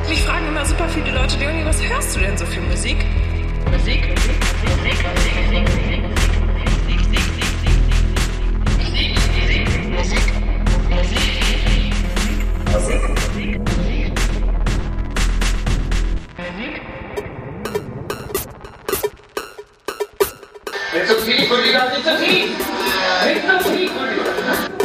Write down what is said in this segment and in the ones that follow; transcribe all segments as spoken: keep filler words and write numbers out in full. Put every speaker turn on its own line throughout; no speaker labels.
Mich fragen immer super viele Leute, Leonie, was hörst du denn so für Musik? Musik, Musik, Musik, Musik, Musik, Musik, Musik, Musik, Nicht so tief, Rüdiger, nicht so tief! Nicht so tief, Rüdiger!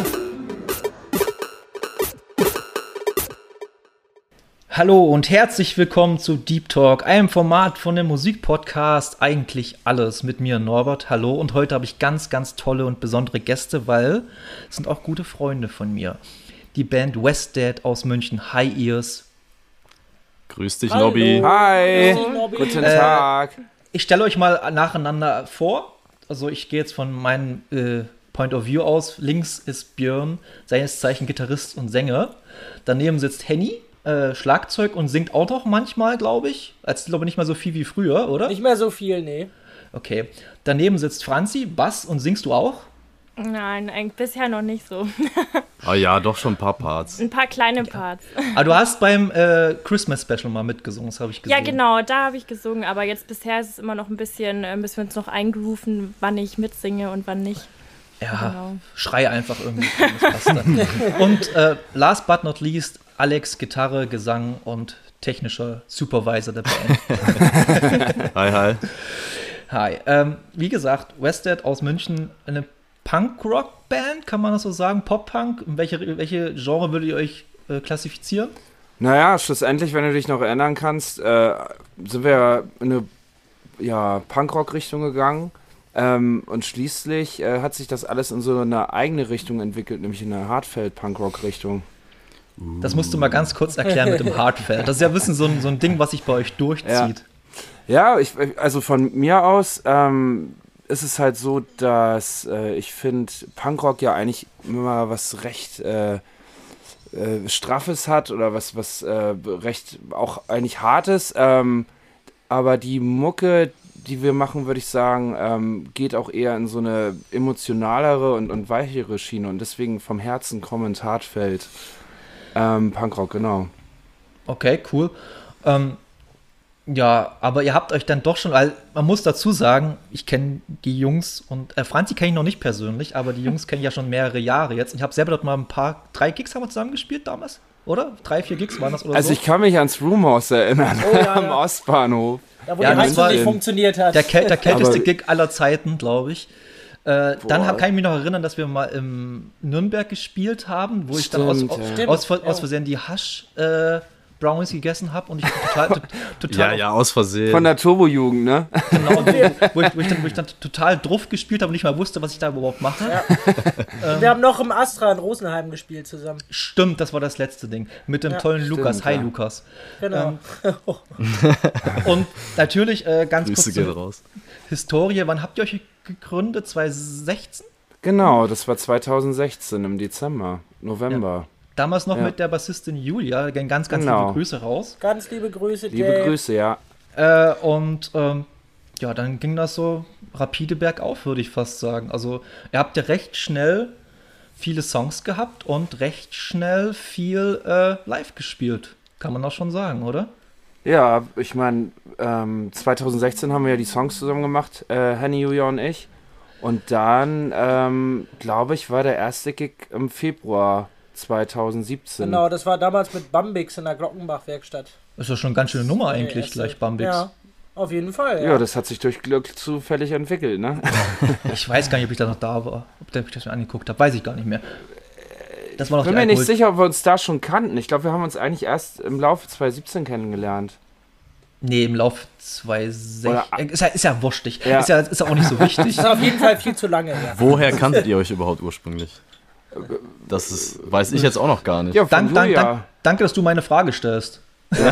Hallo und herzlich willkommen zu Deep Talk, einem Format von dem Musikpodcast Eigentlich Alles mit mir Norbert. Hallo, und heute habe ich ganz, ganz tolle und besondere Gäste, weil es sind auch gute Freunde von mir. Die Band Westdead aus München. Hi, Ears.
Grüß dich,
Hallo.
Nobby.
Hi,
Nobby.
guten
Äh,
Tag.
Ich stelle euch mal nacheinander vor. Also ich gehe jetzt von meinem äh, Point of View aus. Links ist Björn, seines Zeichen Gitarrist und Sänger. Daneben sitzt Henny, äh, Schlagzeug und singt auch noch manchmal, glaube ich. Als glaube ich nicht mal so viel wie früher, oder?
Nicht mehr so viel, nee.
Okay. Daneben sitzt Franzi, Bass, und singst du auch?
Nein, eigentlich bisher noch nicht so.
Ah ja, doch schon ein paar Parts.
Ein paar kleine Parts.
Aber du hast beim äh, Christmas Special mal mitgesungen, das habe ich gesehen.
Ja, genau, da habe ich gesungen, aber jetzt bisher ist es immer noch ein bisschen, äh, müssen wir uns noch eingrooven, wann ich mitsinge und wann nicht.
Ja,
Genau.
schrei einfach irgendwie. Das passt dann. Und äh, last but not least, Alex, Gitarre, Gesang und technischer Supervisor der Band.
Hi, hi.
Hi. Ähm, wie gesagt, Westdead aus München, eine Punk-Rock-Band, kann man das so sagen? Pop-Punk? In welche, welche Genre würdet ihr euch äh, klassifizieren?
Naja, schlussendlich, wenn du dich noch erinnern kannst, äh, sind wir ja in eine ja, Punkrock-Richtung gegangen. Ähm, und schließlich äh, hat sich das alles in so eine eigene Richtung entwickelt, nämlich in eine Hardfeld-Punkrock-Richtung.
Das musst du mal ganz kurz erklären mit dem Hardfeld. Das ist ja ein bisschen so ein, so ein Ding, was sich bei euch durchzieht.
Ja, ich, also von mir aus ähm, ist es halt so, dass äh, ich finde, Punkrock ja eigentlich immer was recht äh, äh, Straffes hat oder was, was äh, recht auch eigentlich Hartes. Ähm, aber die Mucke, die wir machen, würde ich sagen, ähm, geht auch eher in so eine emotionalere und, und weichere Schiene. Und deswegen vom Herzen kommend Hardfeld. Ähm, Punkrock, genau.
Okay, cool. Ähm, ja, aber ihr habt euch dann doch schon, weil man muss dazu sagen, ich kenne die Jungs und äh, Franzi kenne ich noch nicht persönlich, aber die Jungs kenne ich ja schon mehrere Jahre jetzt. Und ich habe selber dort mal ein paar, drei Gigs haben wir zusammen gespielt damals, oder? Drei, vier Gigs waren das oder
Also
so?
ich kann mich ans Roomhouse erinnern,
Oh, ja,
am
ja.
Ostbahnhof.
Da, wo
Ja,
die
das
Heizung
war-
nicht funktioniert hat.
Der, käl der kälteste
Aber-
Gig aller Zeiten, glaube ich. Äh, dann
Boah.
hab, kann ich mich noch erinnern, dass wir mal in Nürnberg gespielt haben, wo ich dann aus,
Stimmt,
aus,
ja.
Stimmt,
aus, aus
ja.
Versehen die Hasch äh, Brownies gegessen habe und ich total, to- total
Ja, ja, aus Versehen.
Von der Turbo-Jugend, ne?
genau, wo, wo, ich, wo, ich dann, wo ich dann total drauf gespielt habe und nicht mal wusste, was ich da überhaupt mache.
Ja. Wir haben noch im Astra in Rosenheim gespielt zusammen.
Stimmt, das war das letzte Ding. Mit dem
Ja,
tollen
stimmt,
Lukas. Hi,
ja.
Lukas.
Genau.
Und natürlich äh, ganz
Grüße
kurz
gehen
zur
raus.
Historie. Wann habt ihr euch gegründet? zwanzig sechzehn?
Genau, das war zweitausendsechzehn im Dezember, November.
Damals noch
Ja.
mit der Bassistin Julia. Gehen ganz, ganz
Genau.
liebe Grüße raus.
Ganz liebe Grüße,
Liebe
Jay.
Grüße, ja.
Äh, und ähm, ja, dann ging das so rapide bergauf, würde ich fast sagen. Also ihr habt ja recht schnell viele Songs gehabt und recht schnell viel äh, live gespielt. Kann man auch schon sagen, oder?
Ja, ich meine, ähm, zweitausendsechzehn haben wir ja die Songs zusammen gemacht, äh, Henny, Julia und ich. Und dann, ähm, glaube ich, war der erste Gig im Februar zweitausendsiebzehn.
Genau, das war damals mit Bambix in der Glockenbach-Werkstatt.
Das ist ja schon eine ganz schöne Nummer eigentlich,
Der erste.
gleich Bambix.
Ja, auf jeden Fall.
Ja,
Ja,
das hat sich durch Glück zufällig entwickelt, ne?
Ich weiß gar nicht, ob ich da noch da war. Ob ich das mir angeguckt habe, weiß ich gar nicht mehr. Das war noch
Ich bin
die
mir nicht
Alkohol-
sicher, ob wir uns da schon kannten. Ich glaube, wir haben uns eigentlich erst im Laufe zweitausendsiebzehn kennengelernt.
Nee, im Lauf zweitausendsechzehn.
Oder-
Ist ja, ist ja wurstig.
Ja.
Ist, ja, ist ja auch nicht so wichtig.
das ist auf jeden Fall viel zu lange her.
Woher kanntet ihr euch überhaupt ursprünglich? Das ist, weiß ich jetzt auch noch gar nicht.
Ja, von
Dank, dank,
Julia.
dank, danke, dass du meine Frage stellst.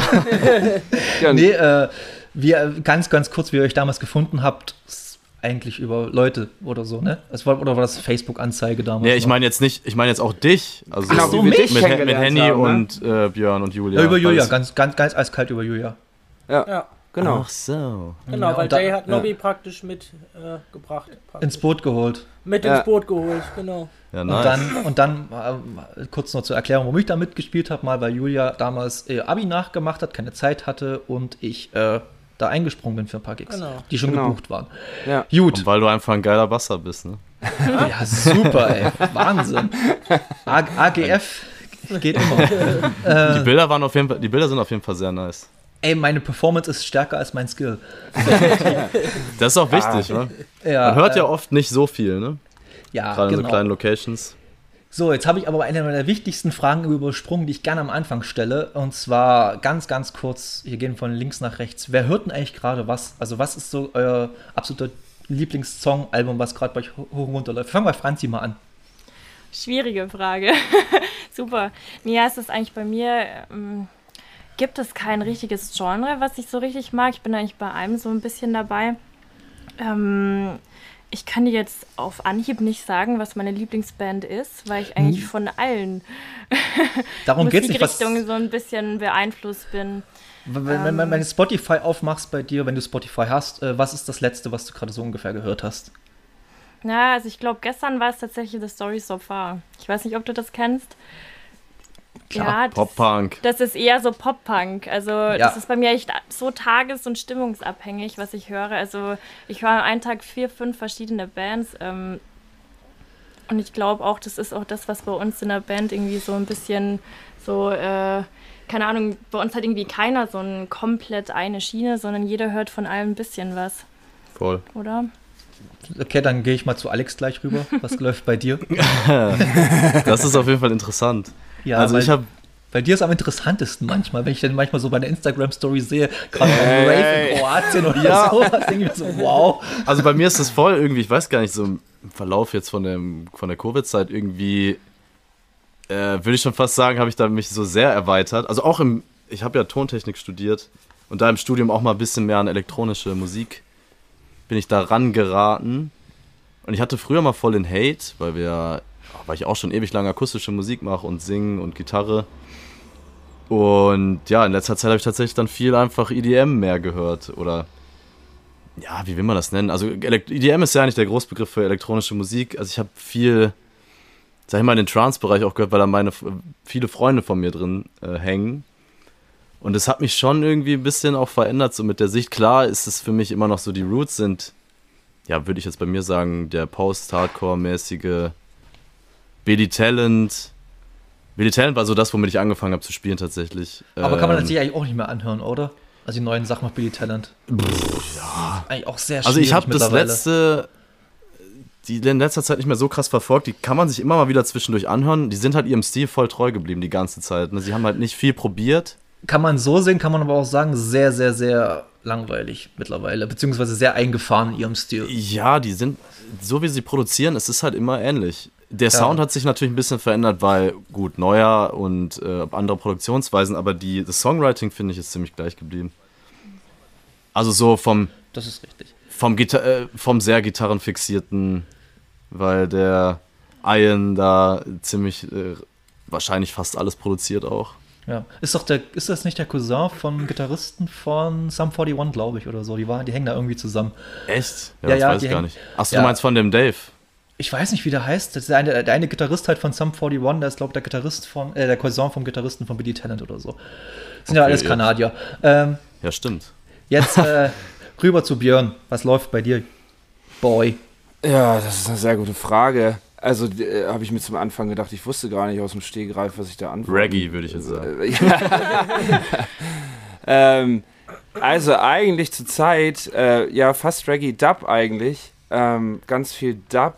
Ja,
Nee, äh, wir, ganz, ganz kurz, wie ihr euch damals gefunden habt, ist eigentlich über Leute oder so, ne? Es war, oder war das Facebook-Anzeige damals?
Nee, ich
noch?
meine jetzt nicht, ich meine jetzt auch dich. Also
Genau,
so,
wie wir
mich
dich
mit, mit
kennengelernt
Henny
haben, ne?
und äh, Björn und Julia.
Ja, über Julia,
Alles-
ganz, ganz, ganz eiskalt über Julia.
Ja,
Genau.
Ach so.
genau,
Ja,
weil
und da-
Jay hat
ja.
Nobby praktisch mitgebracht. Äh, gebracht, praktisch.
Ins Boot geholt.
Mit
Ja.
ins Boot geholt, genau.
Ja,
Und
nice.
dann, und dann äh, kurz noch zur Erklärung, warum ich da mitgespielt habe, mal weil Julia damals äh, Abi nachgemacht hat, keine Zeit hatte und ich äh, da eingesprungen bin für ein paar Gigs,
Genau.
die schon
Genau.
gebucht waren.
Ja.
Gut,
Und weil du einfach ein geiler Basser bist, ne?
ja super, ey, Wahnsinn. A- AGF geht immer.
Die Bilder waren auf jeden Fall, die Bilder sind auf jeden Fall sehr nice.
Ey, meine Performance ist stärker als mein Skill.
Das ist auch wichtig, ne?
Ja,
Man hört ja
äh,
oft nicht so viel, ne?
ja,
Gerade in so
genau.
kleinen Locations.
So, jetzt habe ich aber eine der wichtigsten Fragen übersprungen, die ich gerne am Anfang stelle. Und zwar ganz, ganz kurz, hier gehen von links nach rechts. Wer hört denn eigentlich gerade was? Also was ist so euer absoluter Lieblingssong-Album, was gerade bei euch hoch und runter läuft? Fangen wir bei Franzi mal an.
Schwierige Frage. Super. Nee, ja, es ist eigentlich bei mir, ähm, gibt es kein richtiges Genre, was ich so richtig mag. Ich bin eigentlich bei allem so ein bisschen dabei. Ähm, ich kann dir jetzt auf Anhieb nicht sagen, was meine Lieblingsband ist, weil ich eigentlich
Hm.
von allen
Darum geht es nicht, was,
Musikrichtungen so ein bisschen beeinflusst bin.
wenn, wenn, wenn, wenn du Spotify aufmachst bei dir, wenn du Spotify hast, äh, was ist das Letzte, was du gerade so ungefähr gehört hast?
Ja, also ich glaube, gestern war es tatsächlich The Story So Far. Ich weiß nicht, ob du das kennst.
Klar,
ja, das,
Pop-Punk.
das ist eher so Pop-Punk. Also
Ja.
das ist bei mir echt so tages- und stimmungsabhängig, was ich höre. Also ich höre einen Tag vier, fünf verschiedene Bands. Ähm, und ich glaube auch, das ist auch das, was bei uns in der Band irgendwie so ein bisschen so, äh, keine Ahnung, bei uns hat irgendwie keiner so ein komplett eine Schiene, sondern jeder hört von allem ein bisschen was,
Voll.
oder?
Okay, dann gehe ich mal zu Alex gleich rüber. Was läuft bei dir?
Das ist auf jeden Fall interessant.
Ja,
also
weil,
ich habe
bei dir ist am interessantesten manchmal, wenn ich dann manchmal so bei einer Instagram-Story sehe, gerade beim
Hey.
Rave in Kroatien oder
Ja.
so, was denke ich mir so, wow.
Also bei mir ist das voll irgendwie, ich weiß gar nicht, so im Verlauf jetzt von, dem, von der Covid-Zeit irgendwie, äh, würde ich schon fast sagen, habe ich da mich so sehr erweitert. Also auch im, ich habe ja Tontechnik studiert und da im Studium auch mal ein bisschen mehr an elektronische Musik bin ich da rangeraten. Und ich hatte früher mal voll den Hate, weil wir, weil ich auch schon ewig lange akustische Musik mache und singen und Gitarre. Und ja, in letzter Zeit habe ich tatsächlich dann viel einfach E D M mehr gehört oder ja, wie will man das nennen? Also Elekt- E D M ist ja nicht der Großbegriff für elektronische Musik. Also ich habe viel, sag ich mal, in den Trance-Bereich auch gehört, weil da meine viele Freunde von mir drin äh, hängen. Und es hat mich schon irgendwie ein bisschen auch verändert, so mit der Sicht. Klar ist es für mich immer noch so, die Roots sind, ja, würde ich jetzt bei mir sagen, der Post-Hardcore-mäßige Billy Talent. Billy Talent war so das, womit ich angefangen habe zu spielen tatsächlich.
Aber kann man das
Ähm,
sich eigentlich auch nicht mehr anhören, oder? Also die neuen Sachen macht Billy Talent. Ja. Eigentlich auch sehr schwierig
Also ich habe das
mittlerweile.
letzte, die in letzter Zeit nicht mehr so krass verfolgt, die kann man sich immer mal wieder zwischendurch anhören. Die sind halt ihrem Stil voll treu geblieben die ganze Zeit. Ne? Sie haben halt nicht viel probiert.
Kann man so sehen, kann man aber auch sagen, sehr, sehr, sehr langweilig mittlerweile, beziehungsweise sehr eingefahren in ihrem Stil.
Ja, die sind, so wie sie produzieren, es ist halt immer ähnlich. Der Sound hat sich natürlich ein bisschen verändert, weil, gut, neuer und äh, andere Produktionsweisen, aber die, das Songwriting, finde ich, ist ziemlich gleich geblieben. Also so vom,
Das ist richtig.
vom, Gita- äh, vom sehr gitarrenfixierten, weil der Ian da ziemlich, äh, wahrscheinlich fast alles produziert auch.
Ja. Ist doch der, ist das nicht der Cousin vom Gitarristen von Sum einundvierzig, glaube ich, oder so? Die, waren, die hängen da irgendwie zusammen.
Echt? Ja,
Ja,
das
ja,
weiß
die
ich gar
hängen-
nicht. Achso,
ja.
du meinst von dem Dave?
Ich weiß nicht, wie der heißt. Das ist der eine, der eine Gitarrist halt von Sum einundvierzig, der ist, glaube ich, der Gitarrist von, äh, der Cousin vom Gitarristen von Billy Talent oder so. Das sind ja
Okay,
alles
jetzt.
Kanadier. Ähm,
Ja, stimmt.
jetzt äh, rüber zu Björn. Was läuft bei dir, Boy?
Ja, das ist eine sehr gute Frage. Also äh, habe ich mir zum Anfang gedacht, ich wusste gar nicht aus dem Stehgreif, was ich da antworte.
Reggae, würde ich jetzt sagen.
Äh, ja. ähm, also eigentlich zur Zeit, äh, ja, fast Reggae, Dub eigentlich. Ähm, ganz viel Dub.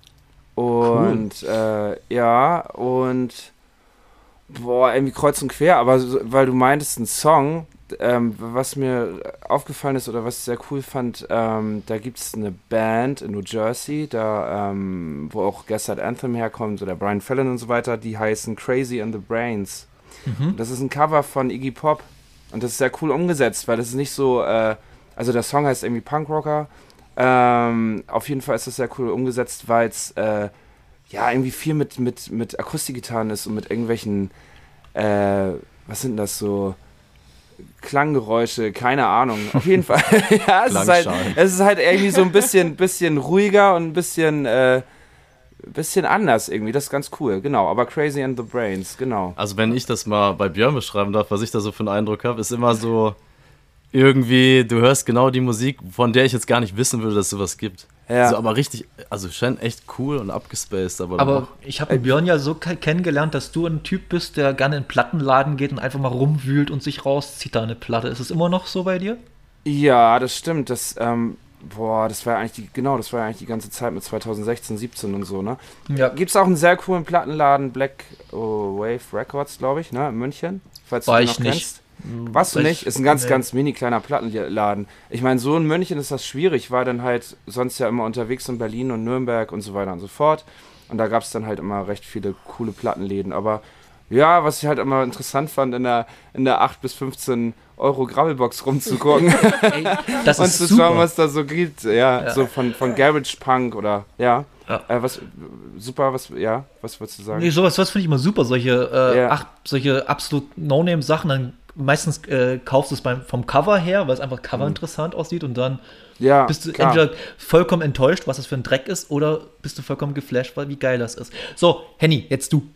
Und äh, ja, und boah, irgendwie kreuz und quer, aber so, weil du meintest, ein Song, ähm, was mir aufgefallen ist oder was ich sehr cool fand, ähm, da gibt es eine Band in New Jersey, da, ähm, wo auch Gaslight Anthem herkommt, oder Brian Fallon und so weiter, die heißen Crazy in the Brains.
Mhm.
Das ist ein Cover von Iggy Pop und das ist sehr cool umgesetzt, weil das ist nicht so, äh, also der Song heißt irgendwie Punkrocker. Ähm, auf jeden Fall ist das sehr cool umgesetzt, weil es äh, ja irgendwie viel mit, mit, mit Akustikgitarren ist und mit irgendwelchen, äh, was sind das so, Klanggeräusche, keine Ahnung. Auf jeden Fall. Ja, es ist, halt,
Klangschalen.
es ist halt irgendwie so ein bisschen, bisschen ruhiger und ein bisschen, äh, bisschen anders irgendwie, das ist ganz cool, genau. Aber Crazy and the Brains, genau.
Also wenn ich das mal bei Björn beschreiben darf, was ich da so für einen Eindruck habe, ist immer so irgendwie, du hörst genau die Musik, von der ich jetzt gar nicht wissen würde, dass es sowas gibt.
Ja.
So, aber richtig, also scheint echt cool und abgespaced. Aber,
Aber ich habe Björn ja so ke- kennengelernt, dass du ein Typ bist, der gerne in einen Plattenladen geht und einfach mal rumwühlt und sich rauszieht da eine Platte. Ist es immer noch so bei dir?
Ja, das stimmt, das, ähm, boah, das war ja eigentlich die, genau, das war ja eigentlich die ganze Zeit mit zwanzig sechzehn, siebzehn und so, ne?
Ja.
Gibt's auch einen sehr coolen Plattenladen, Black oh, Wave Records, glaube ich, ne, in München, falls
War
du den
ich
noch
nicht.
kennst. Warst du
Weiß-
nicht? Ist ein ganz,
nee.
ganz mini kleiner Plattenladen. Ich meine, so in München ist das schwierig, war dann halt sonst ja immer unterwegs in Berlin und Nürnberg und so weiter und so fort. Und da gab es dann halt immer recht viele coole Plattenläden. Aber ja, was ich halt immer interessant fand, in der, in der acht bis fünfzehn Euro Gravelbox rumzugucken
Ey, das
und
ist
zu
super.
schauen, was da so gibt. Ja,
Ja.
so von, von Garage Punk oder, ja.
Ja.
Äh, was, super, was, ja, was würdest du sagen?
Nee, sowas was finde ich immer super. Solche, äh,
Ja.
ach, solche absolut No-Name-Sachen. Dann meistens äh, kaufst du es beim, vom Cover her, weil es einfach Cover interessant aussieht und dann
ja,
bist du
klar.
entweder vollkommen enttäuscht, was das für ein Dreck ist, oder bist du vollkommen geflasht, weil wie geil das ist. So, Henny, jetzt du.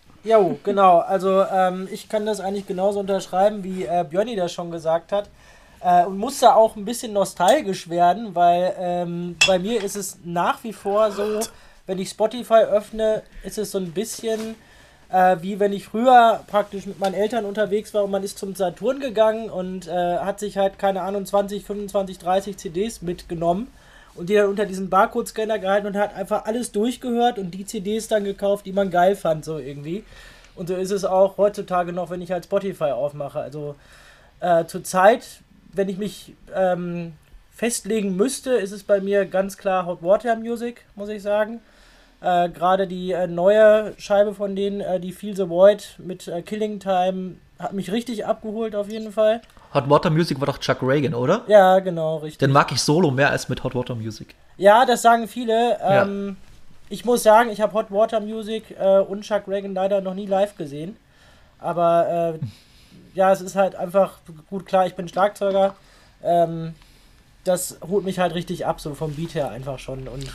Jo, genau. Also ähm, ich kann das eigentlich genauso unterschreiben, wie äh, Björni das schon gesagt hat. Äh, und muss da auch ein bisschen nostalgisch werden, weil ähm, bei mir ist es nach wie vor so, wenn ich Spotify öffne, ist es so ein bisschen äh, wie wenn ich früher praktisch mit meinen Eltern unterwegs war und man ist zum Saturn gegangen und äh, hat sich halt, keine Ahnung, zwanzig, fünfundzwanzig, dreißig C Ds mitgenommen und die dann unter diesen Barcode-Scanner gehalten und hat einfach alles durchgehört und die C Ds dann gekauft, die man geil fand, so irgendwie. Und so ist es auch heutzutage noch, wenn ich halt Spotify aufmache. Also äh, zur Zeit, wenn ich mich ähm, festlegen müsste, ist es bei mir ganz klar Hot Water Music, muss ich sagen. Äh, Gerade die äh, neue Scheibe von denen, äh, die Feel the Void mit äh, Killing Time, hat mich richtig abgeholt auf jeden Fall.
Hot Water Music war doch Chuck Reagan, oder?
Ja, genau, richtig.
Den mag ich solo mehr als mit Hot Water Music.
Ja, das sagen viele. Ähm, Ich muss sagen, ich habe Hot Water Music äh, und Chuck Reagan leider noch nie live gesehen. Aber äh, ja, es ist halt einfach, gut, klar, ich bin Schlagzeuger. Ähm, das holt mich halt richtig ab, so vom Beat her einfach schon. Und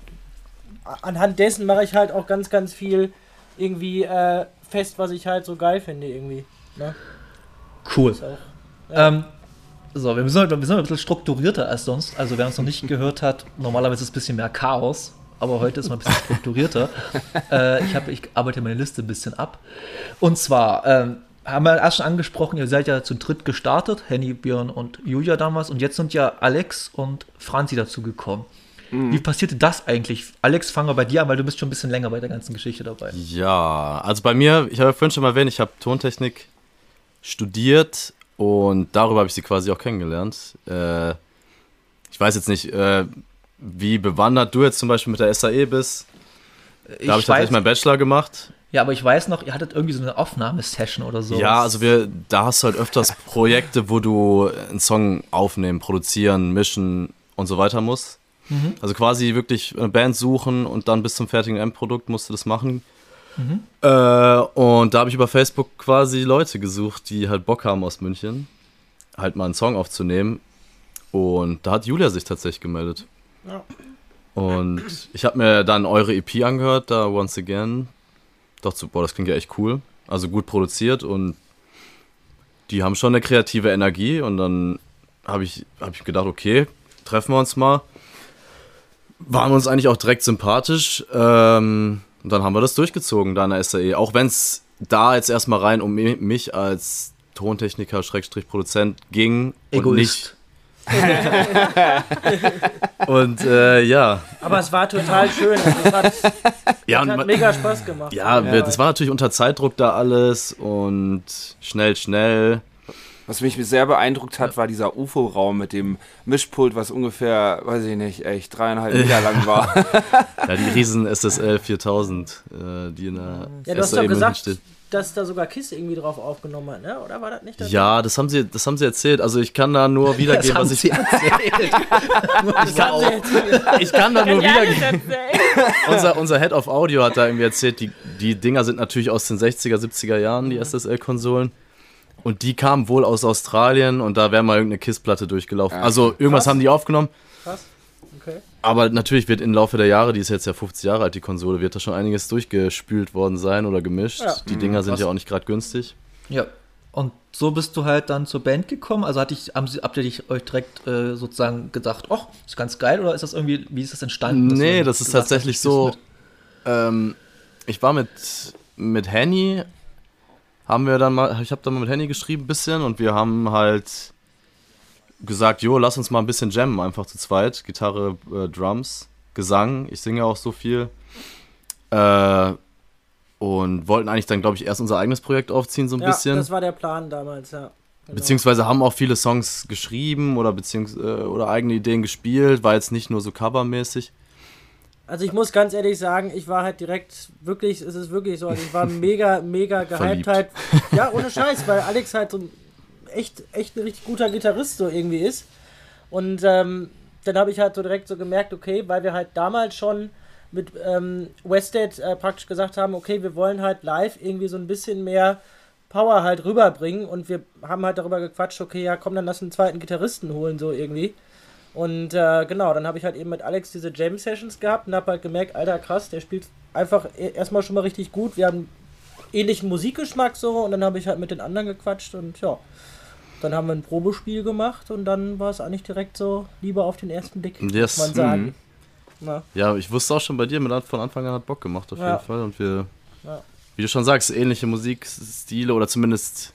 anhand dessen mache ich halt auch ganz, ganz viel irgendwie äh, fest, was ich halt so geil finde irgendwie. Ne?
Cool.
Ist auch, ja.
Ähm, so, wir sind, wir sind ein bisschen strukturierter als sonst. Also, wer uns noch nicht gehört hat, normalerweise ist es ein bisschen mehr Chaos. Aber heute ist mal ein bisschen strukturierter. äh, ich, hab, ich arbeite meine Liste ein bisschen ab. Und zwar, ähm, haben wir erst schon angesprochen, ihr seid ja zu dritt gestartet, Henny, Björn und Julia damals. Und jetzt sind ja Alex und Franzi dazu gekommen. Mhm. Wie passierte das eigentlich? Alex, fangen wir bei dir an, weil du bist schon ein bisschen länger bei der ganzen Geschichte dabei.
Ja, also bei mir, ich habe ja vorhin schon mal erwähnt, ich habe Tontechnik studiert und darüber habe ich sie quasi auch kennengelernt. Äh, ich weiß jetzt nicht, äh, wie bewandert du jetzt zum Beispiel mit der S A E bist. Da habe ich tatsächlich meinen Bachelor gemacht.
Ja, aber ich weiß noch, ihr hattet irgendwie so eine Aufnahmesession oder so.
Ja, also wir, da hast du halt öfters Projekte, wo du einen Song aufnehmen, produzieren, mischen und so weiter musst. Mhm. Also quasi wirklich eine Band suchen und dann bis zum fertigen Endprodukt musst du das machen. Mhm. Äh, und da habe ich über Facebook quasi Leute gesucht, die halt Bock haben aus München, halt mal einen Song aufzunehmen. Und da hat Julia sich tatsächlich gemeldet.
Ja.
Und ich habe mir dann eure E P angehört, da Once Again. Dachte, boah, das klingt ja echt cool. Also gut produziert und die haben schon eine kreative Energie. Und dann habe ich, hab ich gedacht, okay, treffen wir uns mal. Waren uns eigentlich auch direkt sympathisch. Ähm, und dann haben wir das durchgezogen da in der S A E. Auch wenn es da jetzt erstmal rein um mich als Tontechniker, Schrägstrich Produzent ging.
Egoist.
Und nicht und äh, ja.
Aber es war total schön. Also es hat,
ja,
es hat
man,
mega Spaß gemacht.
Ja, ja, das war natürlich unter Zeitdruck da alles und schnell, schnell.
Was mich sehr beeindruckt hat, war dieser U F O-Raum mit dem Mischpult, was ungefähr, weiß ich nicht, echt dreieinhalb Meter lang war.
Ja, die riesen S S L viertausend, äh, die in der
ja, du
S A
hast
E
doch gesagt,
steht.
dass da sogar Kiss irgendwie drauf aufgenommen hat, ne? Oder war das nicht das?
Ja, das haben sie, das haben sie erzählt. Also ich kann da nur wiedergeben, was ich...
erzählt.
ich, kann, ich kann da nur wiedergeben. unser, unser Head of Audio hat da irgendwie erzählt, die, die Dinger sind natürlich aus den sechziger, siebziger Jahren, die S S L-Konsolen. Und die kamen wohl aus Australien und da wäre mal irgendeine Kiss-Platte durchgelaufen. Ja. Also irgendwas
Krass.
haben die aufgenommen.
Krass. Okay.
Aber natürlich wird im Laufe der Jahre, die ist jetzt ja fünfzig Jahre alt, die Konsole, wird da schon einiges durchgespült worden sein oder gemischt.
Ja.
Die Dinger sind
Was?
ja auch nicht gerade günstig.
Ja. Und so bist du halt dann zur Band gekommen? Also hatte ich, haben Sie, habt ihr dich euch direkt äh, sozusagen gedacht, ach, ist ganz geil, oder ist das irgendwie, wie ist das entstanden? dass
Nee,
du
das ist
gesagt hast,
tatsächlich
ich
so.
spiel's
Ähm, ich war mit, mit Henny, haben wir dann mal, ich habe dann mal mit Henny geschrieben ein bisschen und wir haben halt gesagt, jo, lass uns mal ein bisschen jammen, einfach zu zweit. Gitarre, äh, Drums, Gesang, ich singe auch so viel. Äh, und wollten eigentlich dann, glaube ich, erst unser eigenes Projekt aufziehen, so ein
Ja,
bisschen.
das war der Plan damals, ja. Genau.
Beziehungsweise haben auch viele Songs geschrieben oder, beziehungs- äh, oder eigene Ideen gespielt, war jetzt nicht nur so covermäßig.
Also ich muss ganz ehrlich sagen, ich war halt direkt, wirklich, es ist wirklich so, also ich war mega, mega gehypt
Verliebt.
halt. Ja, ohne Scheiß, weil Alex halt so ein echt, echt ein richtig guter Gitarrist so irgendwie ist. Und ähm, dann habe ich halt so direkt so gemerkt, okay, weil wir halt damals schon mit ähm, Wested äh, praktisch gesagt haben, okay, wir wollen halt live irgendwie so ein bisschen mehr Power halt rüberbringen und wir haben halt darüber gequatscht, okay, ja komm, dann lass einen zweiten Gitarristen holen, so irgendwie. Und äh, genau, dann habe ich halt eben mit Alex diese Jam-Sessions gehabt und habe halt gemerkt, alter krass, der spielt einfach e- erstmal schon mal richtig gut, wir haben ähnlichen Musikgeschmack so und dann habe ich halt mit den anderen gequatscht und ja, dann haben wir ein Probespiel gemacht und dann war es eigentlich direkt so Liebe auf den ersten Blick,
Yes.
muss man sagen.
Mhm.
Na,
Ja, ich wusste auch schon bei dir, mit von Anfang an hat Bock gemacht auf
Ja.
jeden Fall. Und wir,
Ja.
wie du schon sagst, ähnliche Musikstile oder zumindest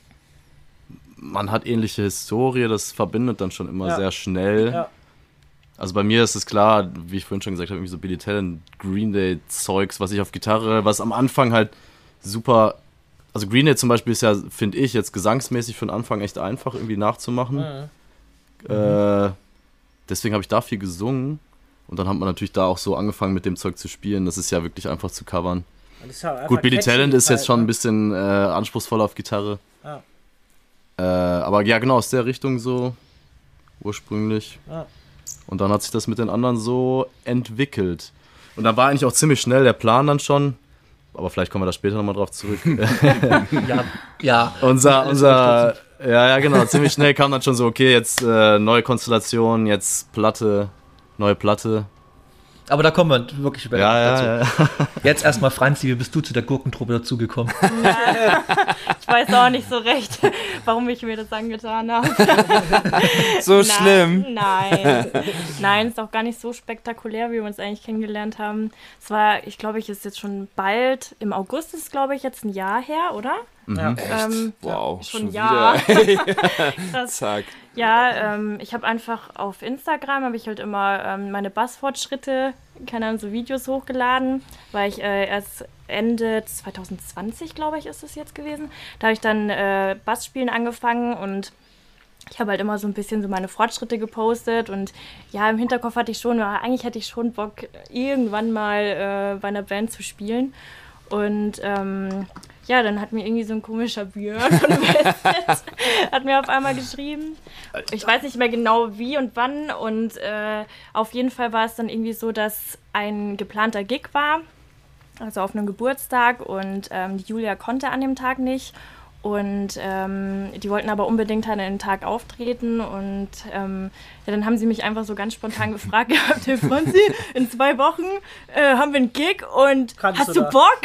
man hat ähnliche Historie, das verbindet dann schon immer
Ja.
sehr schnell.
Ja.
Also bei mir ist es klar, wie ich vorhin schon gesagt habe, irgendwie so Billy Talent, Green Day Zeugs, was ich auf Gitarre, was am Anfang halt super, also Green Day zum Beispiel ist ja, finde ich, jetzt gesangsmäßig für den Anfang echt einfach irgendwie nachzumachen.
Mhm.
Äh, deswegen habe ich da viel gesungen. Und dann hat man natürlich da auch so angefangen mit dem Zeug zu spielen. Das ist ja wirklich einfach zu covern.
Und das ist halt einfach
Gut, Billy
catchy
Talent ist
halt,
jetzt schon ein
ne?
bisschen äh, anspruchsvoller auf Gitarre.
Ja.
Äh, aber ja, genau, aus der Richtung so ursprünglich.
Ja.
Und dann hat sich das mit den anderen so entwickelt. Und dann war eigentlich auch ziemlich schnell der Plan dann schon. Aber vielleicht kommen wir da später nochmal drauf zurück.
Ja, ja.
unser,
Alles
unser, ja, ja, genau. Ziemlich schnell kam dann schon so, okay, jetzt äh, neue Konstellation, jetzt Platte, neue Platte.
Aber da kommen wir wirklich später
Ja,
dazu.
ja, ja.
Jetzt erstmal, Franzi, wie bist du zu der Gurkentruppe dazugekommen?
Ich weiß auch nicht so recht, warum ich mir das angetan habe.
So
Nein,
schlimm.
Nein. Nein, ist auch gar nicht so spektakulär, wie wir uns eigentlich kennengelernt haben. Es war, ich glaube, ich ist jetzt schon bald, im August ist, glaube ich, jetzt ein Jahr her, oder?
Ja.
Ähm,
Wow,
schon
schon
ein Jahr.
wieder.
Krass.
Zack.
Ja, ähm, ich habe einfach auf Instagram, habe ich halt immer ähm, meine Bassfortschritte, keine Ahnung, so Videos hochgeladen, weil ich äh, erst Ende zwanzig zwanzig, glaube ich, ist es jetzt gewesen. Da habe ich dann äh, Bassspielen angefangen und ich habe halt immer so ein bisschen so meine Fortschritte gepostet und ja, im Hinterkopf hatte ich schon, ja, eigentlich hätte ich schon Bock, irgendwann mal äh, bei einer Band zu spielen. Und ähm, ja, dann hat mir irgendwie so ein komischer Björn von Wested hat mir auf einmal geschrieben. Ich weiß nicht mehr genau wie und wann und äh, auf jeden Fall war es dann irgendwie so, dass ein geplanter Gig war, also auf einem Geburtstag und ähm, die Julia konnte an dem Tag nicht. Und ähm, die wollten aber unbedingt halt an den Tag auftreten und ähm, ja, dann haben sie mich einfach so ganz spontan gefragt gehabt, hey Franzi, in zwei Wochen äh, haben wir einen Gig und
Kannst
hast
du
du
da?
Bock?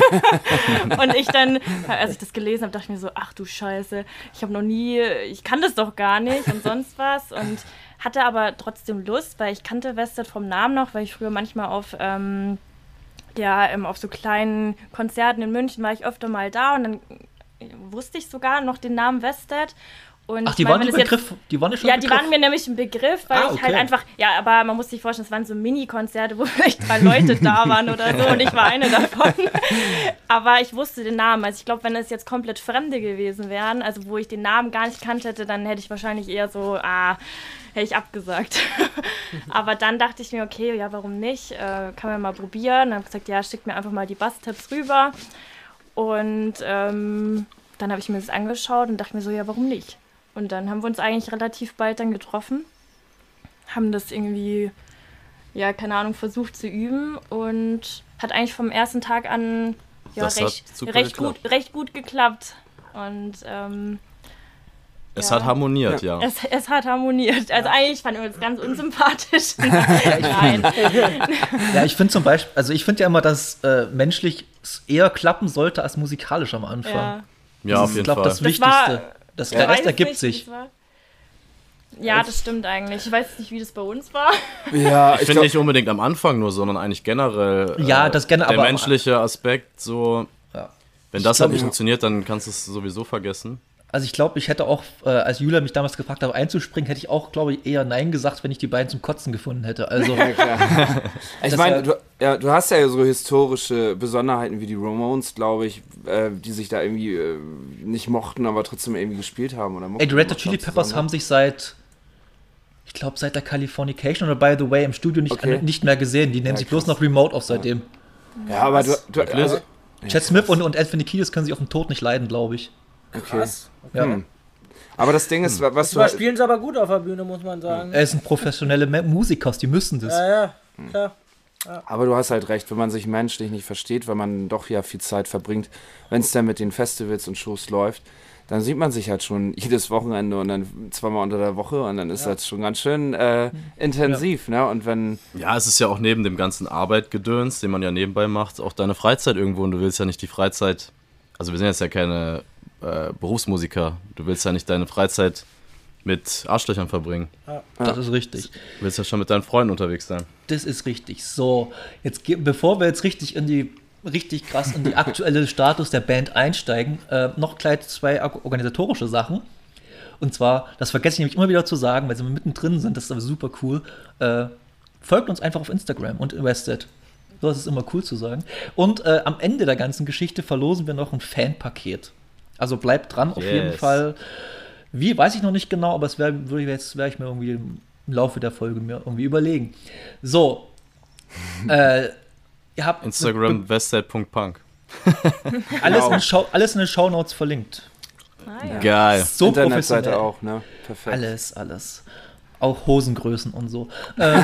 Und ich dann, als ich das gelesen habe, dachte ich mir so, ach du Scheiße, ich habe noch nie, ich kann das doch gar nicht und sonst was und hatte aber trotzdem Lust, weil ich kannte Wested vom Namen noch, weil ich früher manchmal auf... Ähm, ja, ähm, auf so kleinen Konzerten in München war ich öfter mal da und dann wusste ich sogar noch den Namen Wested. Und
Ach, die
ich mein,
waren
wenn
die
es jetzt-
Begriff, die waren ja schon
Ja,
ein
die
Begriff.
waren mir nämlich ein Begriff, weil
Ah,
ich halt
okay.
einfach, ja, aber man muss sich vorstellen, es waren so Mini-Konzerte, wo vielleicht drei Leute da waren oder so und ich war eine davon. Aber ich wusste den Namen. Also ich glaube, wenn es jetzt komplett Fremde gewesen wären, also wo ich den Namen gar nicht kannte hätte, dann hätte ich wahrscheinlich eher so, ah, hätte ich abgesagt. Aber dann dachte ich mir, okay, ja, warum nicht? Äh, kann man mal probieren. Dann habe ich gesagt, ja, schickt mir einfach mal die Bass-Tipps rüber. Und ähm, dann habe ich mir das angeschaut und dachte mir so, ja, warum nicht? Und dann haben wir uns eigentlich relativ bald dann getroffen, haben das irgendwie, ja, keine Ahnung, versucht zu üben und hat eigentlich vom ersten Tag an ja,
Das hat
recht,
super
recht, gut,
geklappt.
recht gut geklappt. Und ähm,
Es
Ja.
hat harmoniert, ja.
Es, es hat harmoniert. Also eigentlich fand ich uns ganz unsympathisch. Nein.
Ja, ich finde zum Beispiel, also ich finde ja immer, dass äh, menschlich es eher klappen sollte als musikalisch am Anfang.
Ja.
Ja,
Das
auf
ist,
jeden
glaub,
Fall.
das
Das
Wichtigste.
war-
das,
Ich
der Rest
weiß
ergibt
nicht,
sich.
wie es war. Ja, das stimmt eigentlich. Ich weiß nicht, wie das bei uns war.
Ja,
Ich
ich
finde
glaub,
nicht unbedingt am Anfang nur, sondern eigentlich generell.
Ja, das gerne-
Der
aber-
menschliche Aspekt, so.
Ja.
Wenn
Ich
das
glaub,
halt nicht
ja.
funktioniert, dann kannst du es sowieso vergessen.
Also ich glaube, ich hätte auch, äh, als Julia mich damals gefragt hat, einzuspringen, hätte ich auch, glaube ich, eher Nein gesagt, wenn ich die beiden zum Kotzen gefunden hätte. Also,
ich
Das
meine,
ja-
du, ja, du hast ja so historische Besonderheiten wie die Ramones, glaube ich, äh, die sich da irgendwie äh, nicht mochten, aber trotzdem irgendwie gespielt haben. Oder
ey, die Red Hot Chili Peppers haben sich seit, ich glaube, seit der Californication oder By the Way im Studio nicht,
Okay.
nicht mehr gesehen. Die nehmen
Ja,
sich bloß
krass.
noch Remote auf seitdem.
Ja, aber du, du also,
Chad Smith und, und Anthony Kiedis können sich auf den Tod nicht leiden, glaube ich.
okay.
Krass.
Ja.
Hm. Aber das Ding ist, was du
Überspielen sie aber gut auf der Bühne, muss man sagen.
Es sind professionelle Ma- Musiker, die müssen das.
Ja, ja, klar.
Aber du hast halt recht, wenn man sich menschlich nicht versteht, weil man doch ja viel Zeit verbringt, wenn es dann mit den Festivals und Shows läuft, dann sieht man sich halt schon jedes Wochenende und dann zweimal unter der Woche und dann ist das schon ganz schön äh, intensiv, ne? Und wenn,
Ja, es ist ja auch neben dem ganzen Arbeitgedöns, den man ja nebenbei macht, auch deine Freizeit irgendwo. Und du willst ja nicht die Freizeit. Also, wir sind jetzt ja keine äh, Berufsmusiker. Du willst ja nicht deine Freizeit mit Arschlöchern verbringen.
Das ist richtig.
Du willst ja schon mit deinen Freunden unterwegs sein.
Das ist richtig. So, jetzt ge- bevor wir jetzt richtig in die richtig krass in die aktuelle Status der Band einsteigen, äh, noch gleich zwei or- organisatorische Sachen. Und zwar, das vergesse ich nämlich immer wieder zu sagen, weil sie mittendrin sind, das ist aber super cool. Äh, folgt uns einfach auf Instagram und Invested. So, das ist immer cool zu sagen. Und äh, am Ende der ganzen Geschichte verlosen wir noch ein Fanpaket. Also bleibt dran, auf
Yes.
jeden Fall. Wie, weiß ich noch nicht genau, aber das werde würd ich jetzt werde ich mir irgendwie im Laufe der Folge mir irgendwie überlegen. So. äh, ihr habt
Instagram westside punkt punk.
alles, in Show, alles in den Shownotes verlinkt.
Ah, ja.
Geil.
So
Internetseite
professionell.
auch, ne? Perfekt.
Alles, alles. Auch Hosengrößen und so. Äh,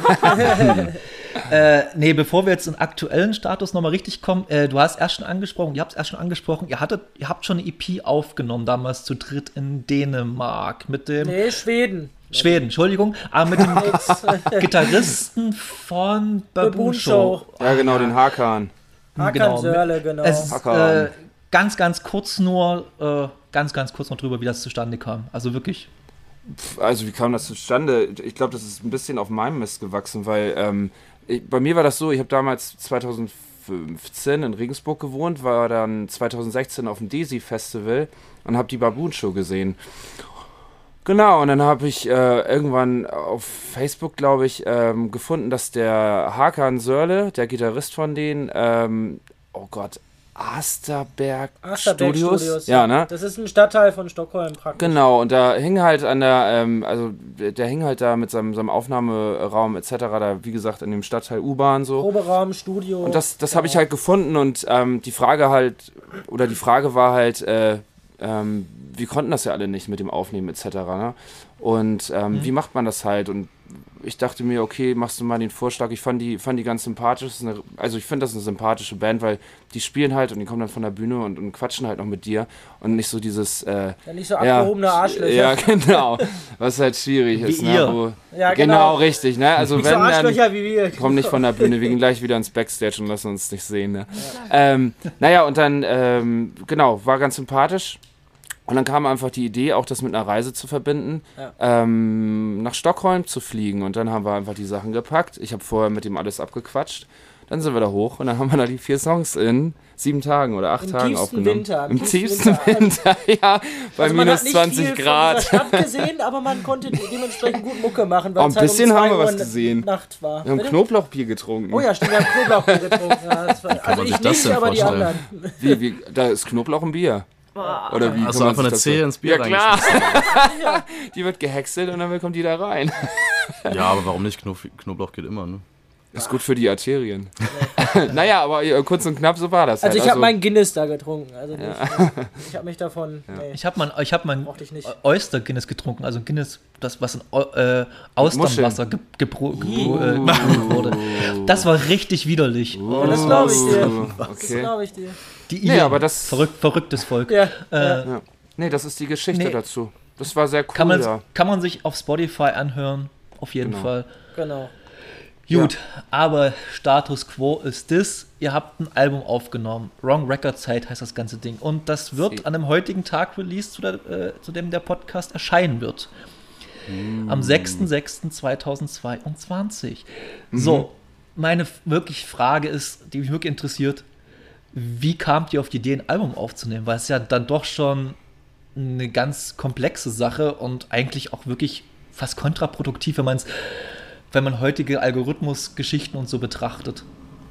äh, nee, bevor wir jetzt in aktuellen Status nochmal richtig kommen, äh, du hast erst schon angesprochen, ihr habt es erst schon angesprochen, ihr hattet, ihr habt schon eine E P aufgenommen, damals zu dritt in Dänemark mit dem
Nee, Schweden.
Schweden, Entschuldigung, aber mit dem Gitarristen von Baboon
Baboon
Show.
Show.
Ja, genau, den Hakan.
Hakan
Genau.
Sörle, genau.
Es ist
Hakan.
äh, ganz, ganz kurz nur, äh, ganz, ganz kurz noch drüber, wie das zustande kam. Also wirklich.
Also wie kam das zustande? Ich glaube, das ist ein bisschen auf meinem Mist gewachsen, weil ähm, ich, bei mir war das so, ich habe damals zweitausendfünfzehn in Regensburg gewohnt, war dann zweitausendsechzehn auf dem Desi Festival und habe die Baboon Show gesehen. Genau, und dann habe ich äh, irgendwann auf Facebook, glaube ich, ähm, gefunden, dass der Hakan Sörle, der Gitarrist von denen, ähm, oh Gott, Asterberg,
Asterberg
Studios?
Studios.
Ja, ne?
Das ist ein Stadtteil von Stockholm praktisch.
Genau, und da hing halt an der, ähm, also der, der hing halt da mit seinem, seinem Aufnahmeraum et cetera, da wie gesagt in dem Stadtteil U-Bahn so.
Proberaum, Studio.
Und das, das habe ich halt gefunden und ähm, die Frage halt, oder die Frage war halt, äh, ähm, wir konnten das ja alle nicht mit dem Aufnehmen et cetera. Ne? Und ähm,
Mhm.
wie macht man das halt? Und ich dachte mir, okay, machst du mal den Vorschlag. Ich fand die, fand die ganz sympathisch. Das ist eine, also ich finde das eine sympathische Band, weil die spielen halt und die kommen dann von der Bühne und, und quatschen halt noch mit dir und nicht so dieses äh,
Ja, nicht so abgehobene Arschlöcher.
Ja, genau. Was halt schwierig
Wie
ist.
ihr.
Ne? Wo,
Ja,
genau.
genau.
richtig. Ne? Also
Nicht
wenn
so
dann,
Arschlöcher wie wir.
komm nicht von der Bühne, wir gehen gleich wieder ins Backstage und lassen uns nicht sehen. Ne? Ähm, naja, und dann, ähm, genau, war ganz sympathisch. Und dann kam einfach die Idee, auch das mit einer Reise zu verbinden,
Ja.
ähm, nach Stockholm zu fliegen. Und dann haben wir einfach die Sachen gepackt. Ich habe vorher mit ihm alles abgequatscht. Dann sind wir da hoch und dann haben wir da die vier Songs in sieben Tagen oder acht
Im
Tagen
tiefsten
aufgenommen.
Winter,
Im tiefsten
Winter.
Winter, ja, bei
Also man
minus
hat nicht
zwanzig
viel
Grad.
Von dieser Stadt gesehen, aber man konnte dementsprechend gut Mucke machen, weil
Oh, ein
es halt
bisschen
um zwei
haben wir was
Uhr
gesehen.
Nacht war.
Wir haben
Bitte?
Knoblauchbier getrunken.
Oh ja, stimmt, wir haben Knoblauchbier getrunken. Ja, das war, also
man
ich
sich das
nicht,
denn
aber die
vorstellen?
anderen.
Wie, wie, da ist Knoblauch im Bier.
Boah.
Oder wie?
Hast
kann
du
man
einfach
sich
eine
das
Zehe ins Bier
Ja, klar.
reingeschmissen?
Die wird gehäckselt und dann kommt die da rein.
Ja, aber warum nicht? Knof Knoblauch geht immer, ne?
Ist gut für die Arterien. Naja, aber äh, kurz und knapp, so war das
Also
halt.
ich habe meinen Guinness da getrunken. Also nicht, ich habe mich davon. Nee.
Ich habe mein, ich hab mein
Mochte ich nicht.
Oyster Guinness getrunken, also Guinness, das was in Eu- äh, Austernwasser ge gebro gebro äh, gebrüht wurde. Das war richtig widerlich. Oh,
das glaube ich dir.
Oh,
Das
okay.
glaube ich dir.
Die
Nee,
Iren,
aber das-
verrückt, verrücktes Volk.
Ja,
Äh,
Ja. Nee, das ist die Geschichte
Nee.
dazu. Das war sehr cool,
kann man,
ja.
Kann man sich auf Spotify anhören, auf jeden
Genau.
Fall.
Genau.
Gut,
Ja.
aber Status Quo ist das, ihr habt ein Album aufgenommen, Wrong Record Site heißt das ganze Ding, und das wird
Sie.
an dem heutigen Tag released, zu, der, äh, zu dem der Podcast erscheinen wird.
Mm.
Am sechster sechster zweitausendzweiundzwanzig.
Mhm.
So, meine f- wirklich Frage ist, die mich wirklich interessiert, wie kamt ihr auf die Idee, ein Album aufzunehmen? Weil es ja dann doch schon eine ganz komplexe Sache und eigentlich auch wirklich fast kontraproduktiv, wenn man es wenn man heutige Algorithmusgeschichten und so betrachtet.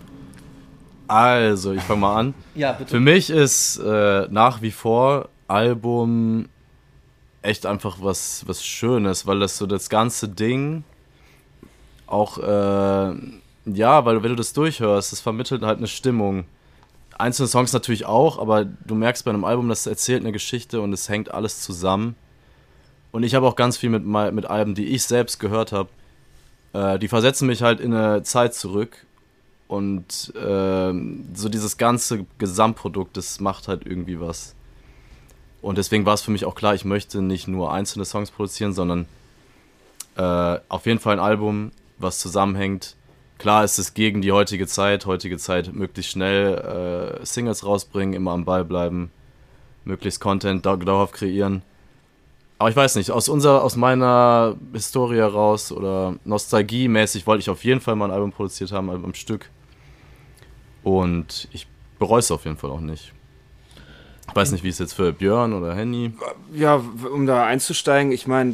Also, ich fange mal an.
Ja, bitte.
Für mich ist äh, nach wie vor Album echt einfach was, was Schönes, weil das so das ganze Ding auch, äh, ja, weil wenn du das durchhörst, das vermittelt halt eine Stimmung. Einzelne Songs natürlich auch, aber du merkst bei einem Album, das erzählt eine Geschichte und es hängt alles zusammen. Und ich habe auch ganz viel mit, mit Alben, die ich selbst gehört habe, äh, die versetzen mich halt in eine Zeit zurück. Und äh, so dieses ganze Gesamtprodukt, das macht halt irgendwie was. Und deswegen war es für mich auch klar, ich möchte nicht nur einzelne Songs produzieren, sondern äh, auf jeden Fall ein Album, was zusammenhängt. Klar ist es gegen die heutige Zeit, heutige Zeit möglichst schnell äh, Singles rausbringen, immer am Ball bleiben, möglichst Content dau- dauerhaft kreieren. Aber ich weiß nicht, aus unserer, aus meiner Historie heraus oder nostalgiemäßig wollte ich auf jeden Fall mal ein Album produziert haben, ein Album am Stück. Und ich bereue es auf jeden Fall auch nicht. Ich weiß nicht, wie es jetzt für Björn oder Henny.
Ja, w- um da einzusteigen, ich meine,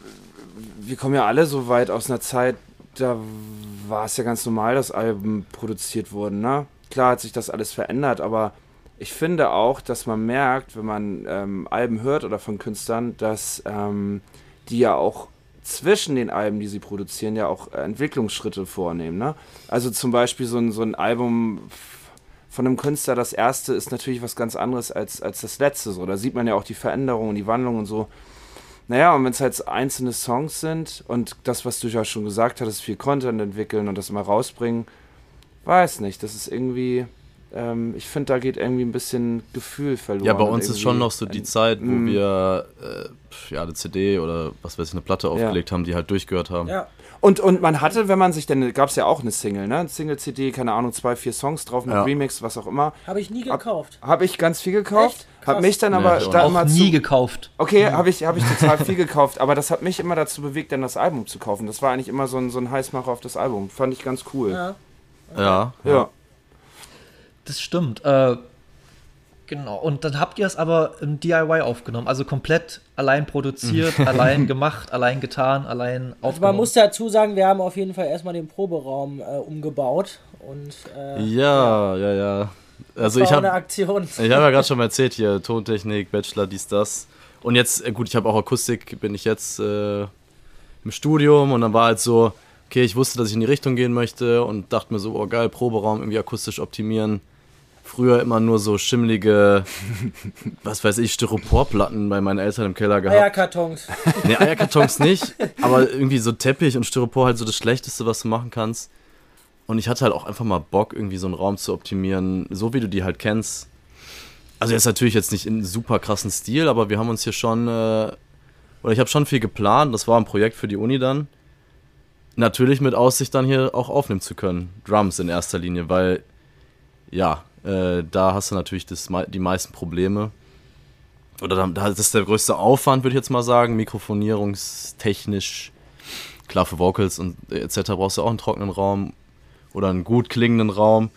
wir kommen ja alle so weit aus einer Zeit, da war es ja ganz normal, dass Alben produziert wurden, ne? Klar hat sich das alles verändert, aber ich finde auch, dass man merkt, wenn man ähm, Alben hört oder von Künstlern, dass ähm, die ja auch zwischen den Alben, die sie produzieren, ja auch äh, Entwicklungsschritte vornehmen, ne? Also zum Beispiel so ein, so ein Album von einem Künstler, das erste ist natürlich was ganz anderes als, als das letzte, so. Da sieht man ja auch die Veränderungen, die Wandlungen und so. Naja, und wenn es halt einzelne Songs sind und das, was du ja schon gesagt hattest, viel Content entwickeln und das mal rausbringen, weiß nicht, das ist irgendwie, ähm, ich finde, da geht irgendwie ein bisschen Gefühl verloren.
Ja, bei
und
uns ist
irgendwie
schon noch so die
ein-
Zeit, wo
Mm.
wir äh, ja, eine C D oder was weiß ich, eine Platte aufgelegt haben, die halt durchgehört haben.
Ja.
Und, und man hatte, wenn man sich, denn gab es ja auch eine Single, ne? Single-C D, keine Ahnung, zwei, vier Songs drauf, mit
Ja.
Remix, was auch immer.
Habe ich nie
Ab-
gekauft.
Habe ich ganz viel gekauft,
Echt? Krass.
habe mich dann
Nee,
aber
ich auch
da
Auch
immer
nie
zu,
gekauft.
Okay, habe ich, hab ich total viel gekauft, aber das hat mich immer dazu bewegt, dann das Album zu kaufen. Das war eigentlich immer so ein, so ein Heißmacher auf das Album. Fand ich ganz cool. Ja.
Ja.
Ja,
ja.
Das stimmt. Äh, genau. Und dann habt ihr es aber im D I Y aufgenommen. Also komplett allein produziert, allein gemacht, allein getan, allein
Also
aufgenommen.
man muss dazu sagen, wir haben auf jeden Fall erstmal den Proberaum äh, umgebaut und äh,
ja, ja, ja. Also
das
ich
war auch eine
habe
Aktion.
ich hab ja gerade schon mal erzählt hier, Tontechnik, Bachelor, dies, das. Und jetzt, äh, gut, ich habe auch Akustik, bin ich jetzt äh, im Studium und dann war halt so, okay, ich wusste, dass ich in die Richtung gehen möchte und dachte mir so, oh geil, Proberaum irgendwie akustisch optimieren. Früher immer nur so schimmelige, was weiß ich, Styroporplatten bei meinen Eltern im Keller gehabt.
Eierkartons.
Nee, Eierkartons nicht, aber irgendwie so Teppich und Styropor halt so das Schlechteste, was du machen kannst. Und ich hatte halt auch einfach mal Bock, irgendwie so einen Raum zu optimieren, so wie du die halt kennst. Also jetzt natürlich jetzt nicht in super krassen Stil, aber wir haben uns hier schon, äh, oder ich habe schon viel geplant, das war ein Projekt für die Uni dann. Natürlich mit Aussicht dann hier auch aufnehmen zu können, Drums in erster Linie, weil, ja, äh, da hast du natürlich das, die meisten Probleme. Oder da, das ist der größte Aufwand, würde ich jetzt mal sagen, mikrofonierungstechnisch. Klar, für Vocals und et cetera brauchst du auch einen trockenen Raum oder einen gut klingenden Raum.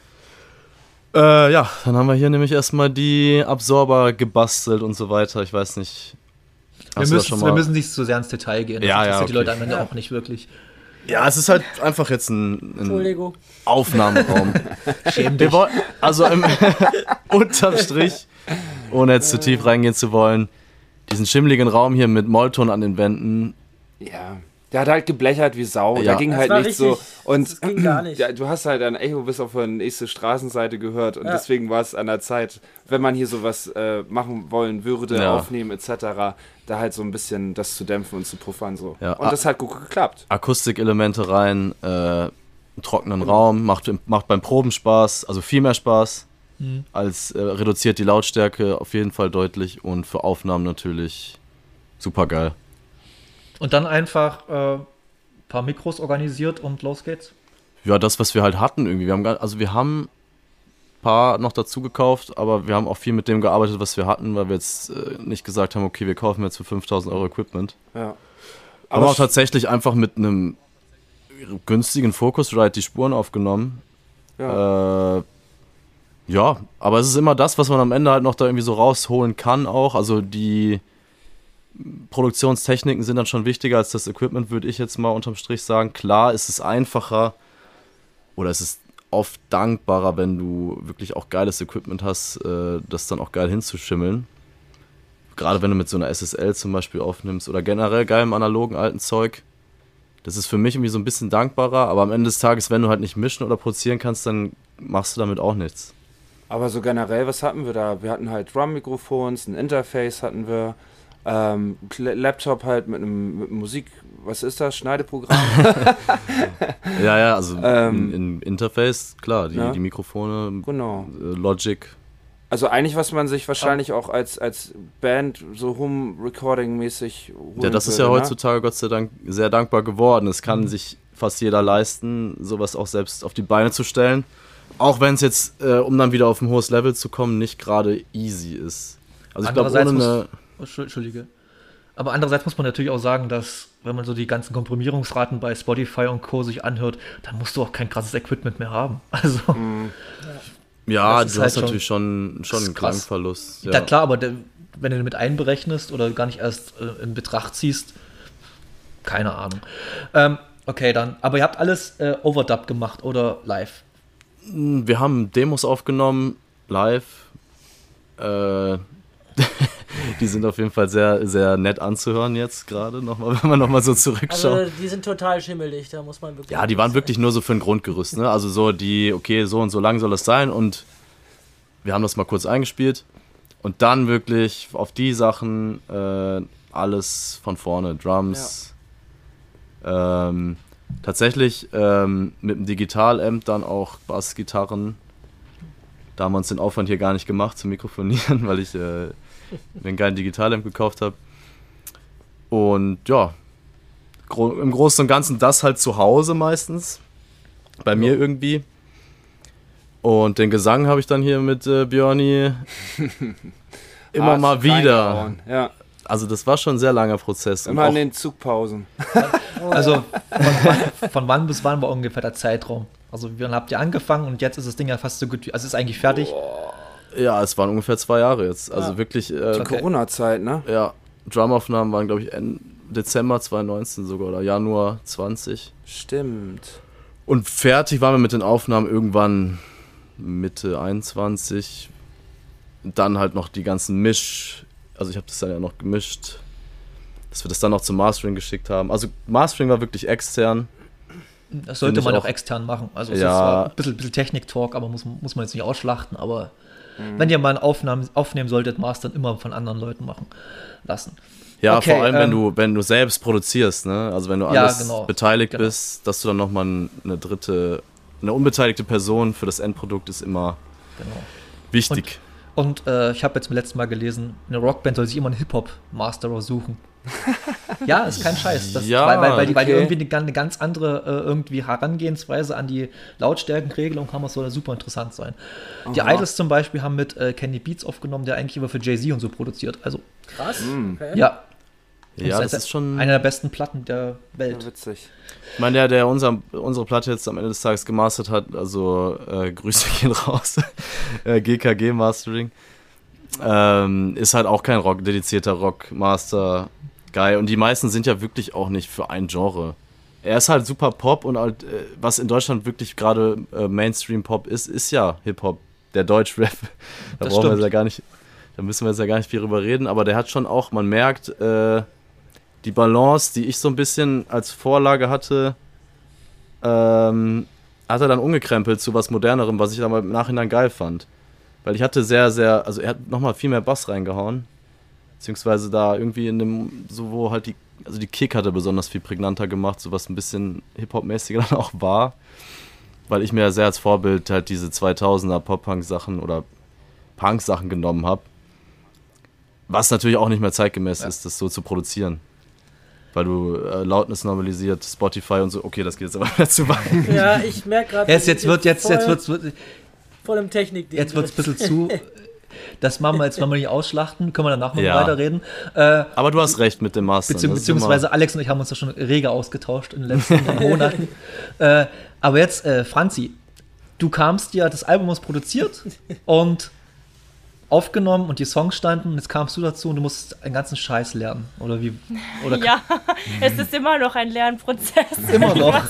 Äh, ja, dann haben wir hier nämlich erstmal die Absorber gebastelt und so weiter. Ich weiß nicht.
wir,
hast du das
müssen,
schon
wir
mal-
müssen nicht zu sehr ins Detail gehen. Das
Ja, ja,
interessiert die Leute
okay.
am Ende
Ja.
auch nicht wirklich.
Ja, es ist halt einfach jetzt ein, ein
Entschuldigung.
Aufnahmeraum.
Schäm
Wir
dich.
wollen, also im, unterm Strich, ohne jetzt zu tief reingehen zu wollen, diesen schimmligen Raum hier mit Mollton an den Wänden.
Ja. Der hat halt geblechert wie Sau.
Ja.
Da ging
Das
halt
war
nicht
richtig-
so. Und
das ging gar nicht.
Ja, du hast halt ein Echo bis auf eine nächste Straßenseite gehört und
Ja.
deswegen war es an der Zeit, wenn man hier sowas äh, machen wollen würde,
Ja.
aufnehmen et cetera, da halt so ein bisschen das zu dämpfen und zu puffern so.
Ja.
Und das hat gut geklappt.
Akustikelemente rein, äh, einen trockenen Raum, macht, macht beim Proben Spaß, also viel mehr Spaß, als äh, reduziert die Lautstärke auf jeden Fall deutlich und für Aufnahmen natürlich super geil.
Und dann einfach ein äh, paar Mikros organisiert und los geht's.
Ja, das, was wir halt hatten irgendwie. Wir haben, gar, also wir haben ein paar noch dazu gekauft, aber wir haben auch viel mit dem gearbeitet, was wir hatten, weil wir jetzt äh, nicht gesagt haben, okay, wir kaufen jetzt für fünftausend Euro Equipment.
Ja.
Aber auch tatsächlich einfach mit einem günstigen Focusrite die Spuren aufgenommen. Ja. Äh, ja, aber es ist immer das, was man am Ende halt noch da irgendwie so rausholen kann auch. Also die Produktionstechniken sind dann schon wichtiger als das Equipment, würde ich jetzt mal unterm Strich sagen. Klar, ist es einfacher oder es ist oft dankbarer, wenn du wirklich auch geiles Equipment hast, äh, das dann auch geil hinzuschimmeln. Gerade wenn du mit so einer S S L zum Beispiel aufnimmst oder generell geilem analogen alten Zeug. Das ist für mich irgendwie so ein bisschen dankbarer, aber am Ende des Tages, wenn du halt nicht mischen oder produzieren kannst, dann machst du damit auch nichts.
Aber so generell, was hatten wir da? Wir hatten halt Drum-Mikrofons, ein Interface hatten wir, ähm, Laptop halt mit einem, mit einem Musik, was ist das? Schneideprogramm?
ja, ja, also
ähm,
im Interface, klar, die,
ja.
die Mikrofone,
genau.
Logic.
Also eigentlich, was man sich wahrscheinlich auch als, als Band so Home-Recording-mäßig holen
Ja, das
würde,
ist ja
ne?
heutzutage Gott sei Dank sehr dankbar geworden. Es kann mhm. sich fast jeder leisten, sowas auch selbst auf die Beine zu stellen. Auch wenn es jetzt, äh, um dann wieder auf ein hohes Level zu kommen, nicht gerade easy ist. Also ich glaube, ohne eine...
Muss, Entschuldige. Aber andererseits muss man natürlich auch sagen, dass, wenn man so die ganzen Komprimierungsraten bei Spotify und Co. sich anhört, dann musst du auch kein krasses Equipment mehr haben. Also... Mhm.
Ja, du hast halt natürlich schon, schon einen
krass.
Klangverlust. Ja.
ja klar, aber der, wenn du den mit einberechnest oder gar nicht erst äh, in Betracht ziehst, keine Ahnung. Ähm, okay, dann. Aber ihr habt alles äh, Overdub gemacht oder live?
Wir haben Demos aufgenommen, live. Äh, die sind auf jeden Fall sehr, sehr nett anzuhören jetzt gerade, nochmal, wenn man nochmal so zurückschaut.
Also die sind total schimmelig, da muss man wirklich...
Ja, die waren wirklich nur so für ein Grundgerüst, ne? Also so die, okay, so und so lang soll es sein und wir haben das mal kurz eingespielt und dann wirklich auf die Sachen äh, alles von vorne, Drums, ja. ähm, tatsächlich ähm, mit dem Digitalamp dann auch Bassgitarren. Da haben wir uns den Aufwand hier gar nicht gemacht zu mikrofonieren, weil ich äh, einen geilen Digitalamp gekauft habe. Und ja, gro- im Großen und Ganzen das halt zu Hause meistens. Bei mir ja. irgendwie. Und den Gesang habe ich dann hier mit äh, Björni immer
ah,
mal wieder.
Ja.
Also das war schon ein sehr langer Prozess.
Immer in den Zugpausen.
Also von wann, von wann bis wann war ungefähr der Zeitraum? Also wann habt ihr angefangen und jetzt ist das Ding ja fast so gut wie, also es ist eigentlich fertig.
Oh. Ja, es waren ungefähr zwei Jahre jetzt. Also ja. wirklich. Äh,
Die okay. Corona-Zeit, ne?
Ja. Drumaufnahmen waren, glaube ich, Ende Dezember zwanzig neunzehn sogar oder Januar zwanzig.
Stimmt.
Und fertig waren wir mit den Aufnahmen irgendwann Mitte einundzwanzig. Dann halt noch die ganzen Misch. Also ich habe das dann ja noch gemischt. Dass wir das dann noch zum Mastering geschickt haben. Also Mastering war wirklich extern.
Das sollte man auch extern machen. Also es
ja.
ist zwar ein bisschen, bisschen Technik-Talk, aber muss, muss man jetzt nicht ausschlachten. Aber mhm. wenn ihr mal eine Aufnahme aufnehmen solltet, Mastern immer von anderen Leuten machen lassen.
Ja,
okay,
vor allem,
ähm,
wenn du wenn du selbst produzierst, ne? Also wenn du
ja,
alles
genau,
beteiligt
genau.
bist, dass du dann nochmal eine dritte, eine unbeteiligte Person für das Endprodukt ist immer
genau.
wichtig.
Und, und äh, ich habe jetzt beim letzten Mal gelesen, eine Rockband soll sich immer einen Hip-Hop-Masterer suchen. Ja, ist kein Scheiß. Das,
ja,
weil, weil, weil, die, weil die
okay.
irgendwie eine, eine ganz andere äh, irgendwie Herangehensweise an die Lautstärkenregelung haben, das soll da super interessant sein. Aha. Die Idols zum Beispiel haben mit äh, Kenny Beats aufgenommen, der eigentlich immer für Jay-Z und so produziert. Also
krass.
Okay. Ja.
Ja, das ist schon
eine der besten Platten der Welt.
Ja, witzig.
Ich meine, der, der unser, unsere Platte jetzt am Ende des Tages gemastert hat, also äh, Grüße gehen raus, äh, G K G Mastering, ähm, ist halt auch kein Rock, dedizierter Rockmaster Guy und die meisten sind ja wirklich auch nicht für ein Genre. Er ist halt super Pop und halt, äh, was in Deutschland wirklich gerade äh, Mainstream-Pop ist, ist ja Hip-Hop, der Deutsch-Rap. Da
das
brauchen
stimmt.
wir jetzt ja gar nicht, da müssen wir jetzt ja gar nicht viel drüber reden, aber der hat schon auch, man merkt, äh, die Balance, die ich so ein bisschen als Vorlage hatte, ähm, hat er dann umgekrempelt zu was Modernerem, was ich aber im Nachhinein geil fand. Weil ich hatte sehr, sehr, also er hat nochmal viel mehr Bass reingehauen. Beziehungsweise da irgendwie in dem, so wo halt die, also die Kick hat er besonders viel prägnanter gemacht, so was ein bisschen Hip-Hop-mäßiger dann auch war. Weil ich mir ja sehr als Vorbild halt diese zweitausender Pop-Punk-Sachen oder Punk-Sachen genommen habe. Was natürlich auch nicht mehr zeitgemäß ja. ist, das so zu produzieren. Weil du äh, Lautness normalisiert, Spotify und so. Okay, das geht jetzt aber wieder zu weit.
Ja, ich merke gerade...
Jetzt, jetzt wird jetzt,
voll,
jetzt wird's, wird,
voll im Technik-Ding.
Jetzt wird es ein bisschen zu... Das machen wir jetzt, wenn wir nicht ausschlachten, können wir danach noch
ja.
weiterreden. Äh,
aber du hast recht mit dem Master.
Bezieh- beziehungsweise Alex und ich haben uns da schon rege ausgetauscht in den letzten Monaten. Äh, aber jetzt, äh, Franzi, du kamst ja, das Album was produziert und aufgenommen und die Songs standen und jetzt kamst du dazu und du musst einen ganzen Scheiß lernen, oder wie? Oder
ja, es ist immer noch ein Lernprozess.
Immer noch.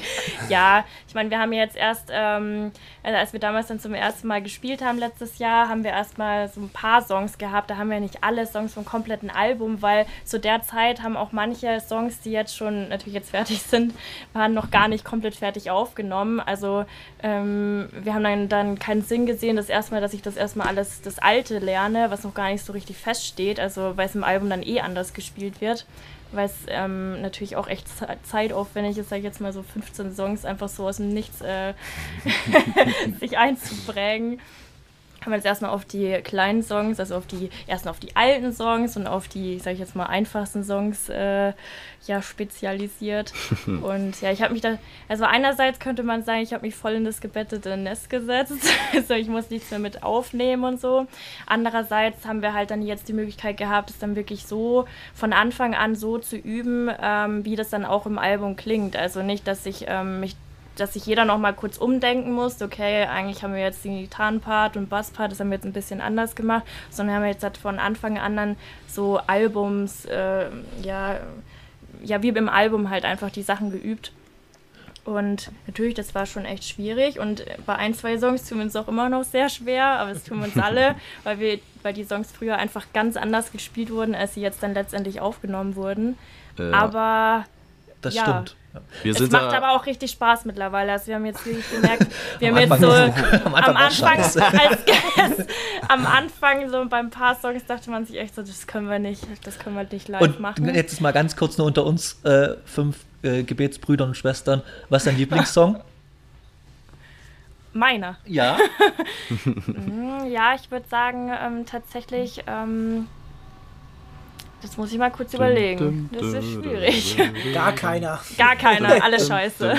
Ja, ich meine, wir haben jetzt erst, ähm, also als wir damals dann zum ersten Mal gespielt haben letztes Jahr, haben wir erstmal so ein paar Songs gehabt, da haben wir nicht alle Songs vom kompletten Album, weil zu der Zeit haben auch manche Songs, die jetzt schon natürlich jetzt fertig sind, waren noch gar nicht komplett fertig aufgenommen, also ähm, wir haben dann, dann keinen Sinn gesehen, das erste Mal, dass ich das erstmal alles, das Alte lerne, was noch gar nicht so richtig feststeht, also weil es im Album dann eh anders gespielt wird, weil es ähm, natürlich auch echt zeitaufwendig ist, sag ich jetzt mal so fünfzehn Songs einfach so aus dem Nichts äh, sich einzuprägen. Haben wir jetzt erstmal auf die kleinen Songs, also auf die, erst auf die alten Songs und auf die, sag ich jetzt mal, einfachsten Songs äh, ja, spezialisiert. Und ja, ich habe mich da, also einerseits könnte man sagen, ich habe mich voll in das gebettete Nest gesetzt, also ich muss nichts mehr mit aufnehmen und so. Andererseits haben wir halt dann jetzt die Möglichkeit gehabt, es dann wirklich so von Anfang an so zu üben, ähm, wie das dann auch im Album klingt. Also nicht, dass ich ähm, mich dass sich jeder noch mal kurz umdenken muss, okay, eigentlich haben wir jetzt den Gitarrenpart und Basspart, das haben wir jetzt ein bisschen anders gemacht, sondern haben wir jetzt halt von Anfang an dann so Albums, äh, ja, ja, wie im Album halt einfach die Sachen geübt. Und natürlich, das war schon echt schwierig und bei ein, zwei Songs tun wir uns auch immer noch sehr schwer, aber es tun wir uns alle, weil wir, weil die Songs früher einfach ganz anders gespielt wurden, als sie jetzt dann letztendlich aufgenommen wurden. Äh, aber
das
ja.
stimmt.
Wir
es
sind
macht
da
aber auch richtig Spaß mittlerweile. Also wir haben jetzt wirklich gemerkt, wir haben
am
jetzt
Anfang
so
am Anfang,
am Anfang, als, als, am Anfang so bei ein paar Songs dachte man sich echt so, das können wir nicht, das können wir nicht live
und
machen.
Jetzt mal ganz kurz nur unter uns äh, fünf äh, Gebetsbrüdern und Schwestern. Was ist dein Lieblingssong?
Meiner.
Ja.
Ja, ich würde sagen ähm, tatsächlich. Ähm, Das muss ich mal kurz überlegen. Das ist schwierig.
Gar keiner.
Gar keiner, alles scheiße.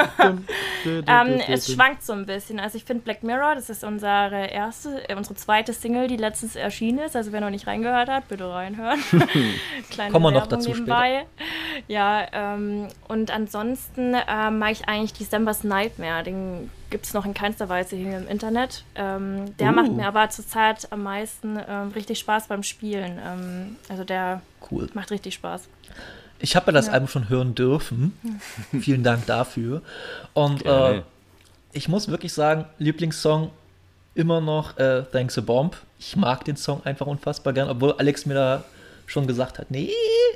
ähm, es schwankt so ein bisschen. Also ich finde Black Mirror, das ist unsere erste, äh, unsere zweite Single, die letztens erschienen ist. Also wer noch nicht reingehört hat, bitte reinhören. Kleine
Kommen wir noch
Werbung
dazu
nebenbei. Später. Ja, ähm, und ansonsten ähm, mag ich eigentlich December's Nightmare. Den gibt es noch in keinster Weise hier im Internet. Ähm, der uh. macht mir aber zurzeit am meisten ähm, richtig Spaß beim Spielen. Ähm, also der
cool.
macht richtig Spaß.
Ich habe ja das
ja.
Album schon hören dürfen. Vielen Dank dafür. Und äh, ich muss wirklich sagen, Lieblingssong immer noch äh, Thanks a Bomb. Ich mag den Song einfach unfassbar gern, obwohl Alex mir da schon gesagt hat, nee.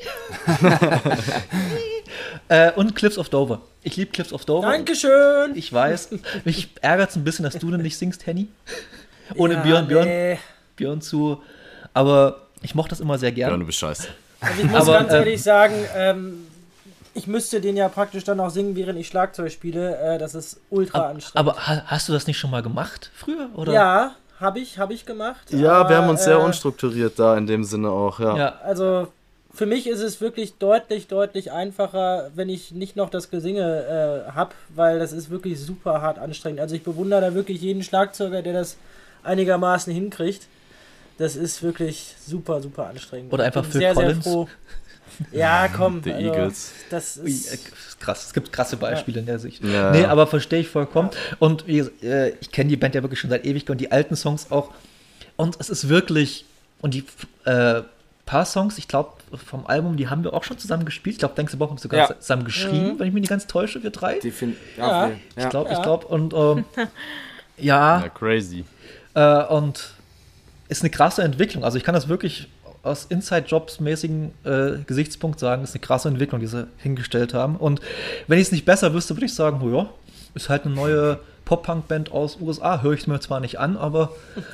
äh, und Cliffs of Dover. Ich liebe Cliffs of Dover.
Dankeschön.
Ich weiß. Mich ärgert es ein bisschen, dass du denn nicht singst, Henny. Ohne
ja,
Björn, Björn,
nee.
Björn zu. Aber ich mochte das immer sehr gerne.
Ja, du bist scheiße.
Also ich muss
Aber,
ganz ehrlich ähm, sagen, ähm, ich müsste den ja praktisch dann auch singen, während ich Schlagzeug spiele. Äh, das ist ultra
aber,
anstrengend.
Aber hast du das nicht schon mal gemacht früher? Oder?
Ja, habe ich, hab ich gemacht.
Ja,
aber,
wir haben uns sehr
äh,
unstrukturiert da in dem Sinne auch, ja.
ja.
Also für mich ist es wirklich deutlich, deutlich einfacher, wenn ich nicht noch das Gesinge äh, habe, weil das ist wirklich super hart anstrengend. Also ich bewundere da wirklich jeden Schlagzeuger, der das einigermaßen hinkriegt. Das ist wirklich super, super anstrengend.
Oder einfach Phil
sehr,
Collins.
Sehr froh. Ja, komm.
Die
also,
Eagles.
Das
Ui,
ist
krass, es gibt krasse Beispiele ja. in der Sicht.
Ja.
Nee, aber verstehe ich vollkommen. Und wie, äh, ich kenne die Band ja wirklich schon seit ewig und die alten Songs auch. Und es ist wirklich, und die äh, paar Songs, ich glaube, vom Album, die haben wir auch schon zusammen gespielt. Ich glaube, Thanks a Bomb haben wir sogar
Ja.
zusammen geschrieben,
Mhm.
wenn ich mich nicht ganz täusche, wir drei.
Die find,
Ja.
okay.
Ich glaube,
Ja.
ich glaube. Und ähm, ja,
Ja, crazy.
äh, und ist eine krasse Entwicklung. Also ich kann das wirklich aus Inside-Jobs-mäßigen äh, Gesichtspunkt sagen, ist eine krasse Entwicklung, die sie hingestellt haben. Und wenn ich es nicht besser wüsste, würde ich sagen, oh ja, ist halt eine neue Pop-Punk-Band aus U S A. Höre ich es mir zwar nicht an, aber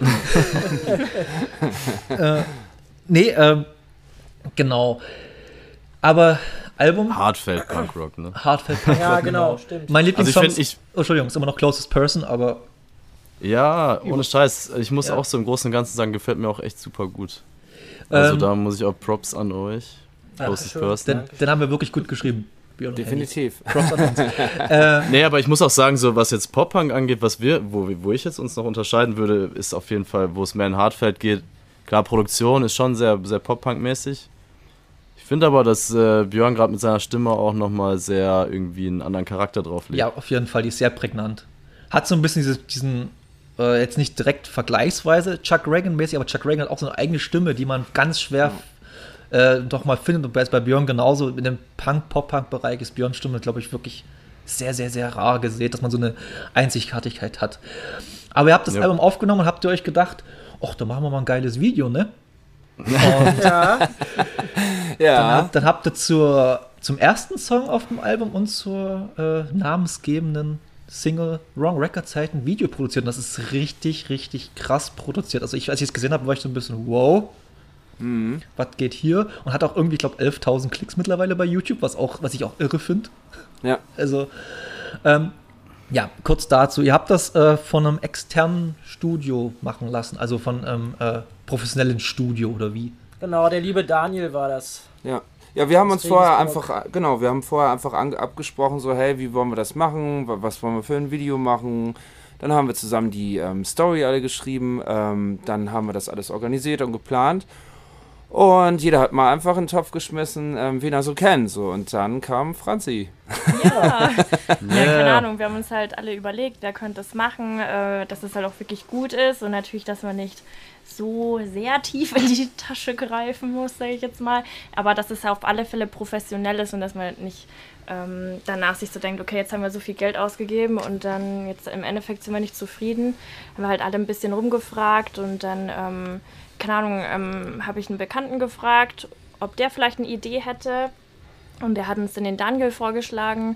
äh, nee, ähm, genau. Aber Album
Hardfeld Punkrock, ne?
Hardfeld Punkrock.
Ja, genau, stimmt.
Mein
Also ich
Lieblingssong
find, ich,
oh, Entschuldigung, ist immer noch Closest Person, aber
ja, ohne Scheiß. Ich muss
Ja.
auch so im Großen und Ganzen sagen, gefällt mir auch echt super gut. Also
Ähm,
da muss ich auch Props an euch. Closest
schön.
person.
Den, den haben wir wirklich gut geschrieben. Björn und
Definitiv.
Henny. Props an uns. äh,
Nee, aber ich muss auch sagen, so was jetzt Pop-Punk angeht, was wir, wo, wo ich jetzt uns noch unterscheiden würde, ist auf jeden Fall, wo es mehr in Hardfeld geht. Klar, Produktion ist schon sehr, sehr Pop-Punk-mäßig. Ich finde aber, dass äh, Björn gerade mit seiner Stimme auch nochmal sehr irgendwie einen anderen Charakter drauflegt.
ja, auf jeden Fall, die ist sehr prägnant. Hat so ein bisschen diese, diesen, äh, jetzt nicht direkt vergleichsweise Chuck Reagan-mäßig, aber Chuck Reagan hat auch so eine eigene Stimme, die man ganz schwer äh, doch mal findet. Und bei bei Björn genauso. In dem Punk-Pop-Punk-Bereich ist Björns Stimme, glaube ich, wirklich sehr, sehr, sehr rar gesät, dass man so eine Einzigartigkeit hat. Aber ihr habt das
Ja.
Album aufgenommen und habt ihr euch gedacht, ach, da machen wir mal ein geiles Video, ne? Und
Ja,
dann,
Ja.
habt, dann habt ihr zur, zum ersten Song auf dem Album und zur äh, namensgebenden Single Wrong Record Zeit ein Video produziert. Und das ist richtig, richtig krass produziert. Also ich, als ich es gesehen habe, war ich so ein bisschen, wow, was geht hier? Und hat auch irgendwie, ich glaube, elftausend Klicks mittlerweile bei YouTube, was, auch, was ich auch irre finde.
Ja.
Also, ähm, ja, kurz dazu. Ihr habt das äh, von einem externen Studio machen lassen, also von einem äh, professionellen Studio oder wie?
genau, der liebe Daniel war das.
Ja. Ja, wir haben uns
Deswegen
vorher
ist
einfach, genau, wir haben vorher einfach an, abgesprochen, so, hey, wie wollen wir das machen? Wa- Was wollen wir für ein Video machen? Dann haben wir zusammen die ähm, Story alle geschrieben, ähm, dann haben wir das alles organisiert und geplant. Und jeder hat mal einfach in den Topf geschmissen, ähm, wen er so kennt. So. Und dann kam Franzi.
Ja. ja, keine
Yeah.
Ahnung, wir haben uns halt alle überlegt, wer könnte es machen, äh, dass es halt auch wirklich gut ist und natürlich, dass man nicht so sehr tief in die Tasche greifen muss, sage ich jetzt mal, aber dass es auf alle Fälle professionell ist und dass man nicht ähm, danach sich so denkt, okay, jetzt haben wir so viel Geld ausgegeben und dann jetzt im Endeffekt sind wir nicht zufrieden. Haben wir halt alle ein bisschen rumgefragt und dann, ähm, keine Ahnung, ähm, habe ich einen Bekannten gefragt, ob der vielleicht eine Idee hätte. Und der hat uns dann den Daniel vorgeschlagen.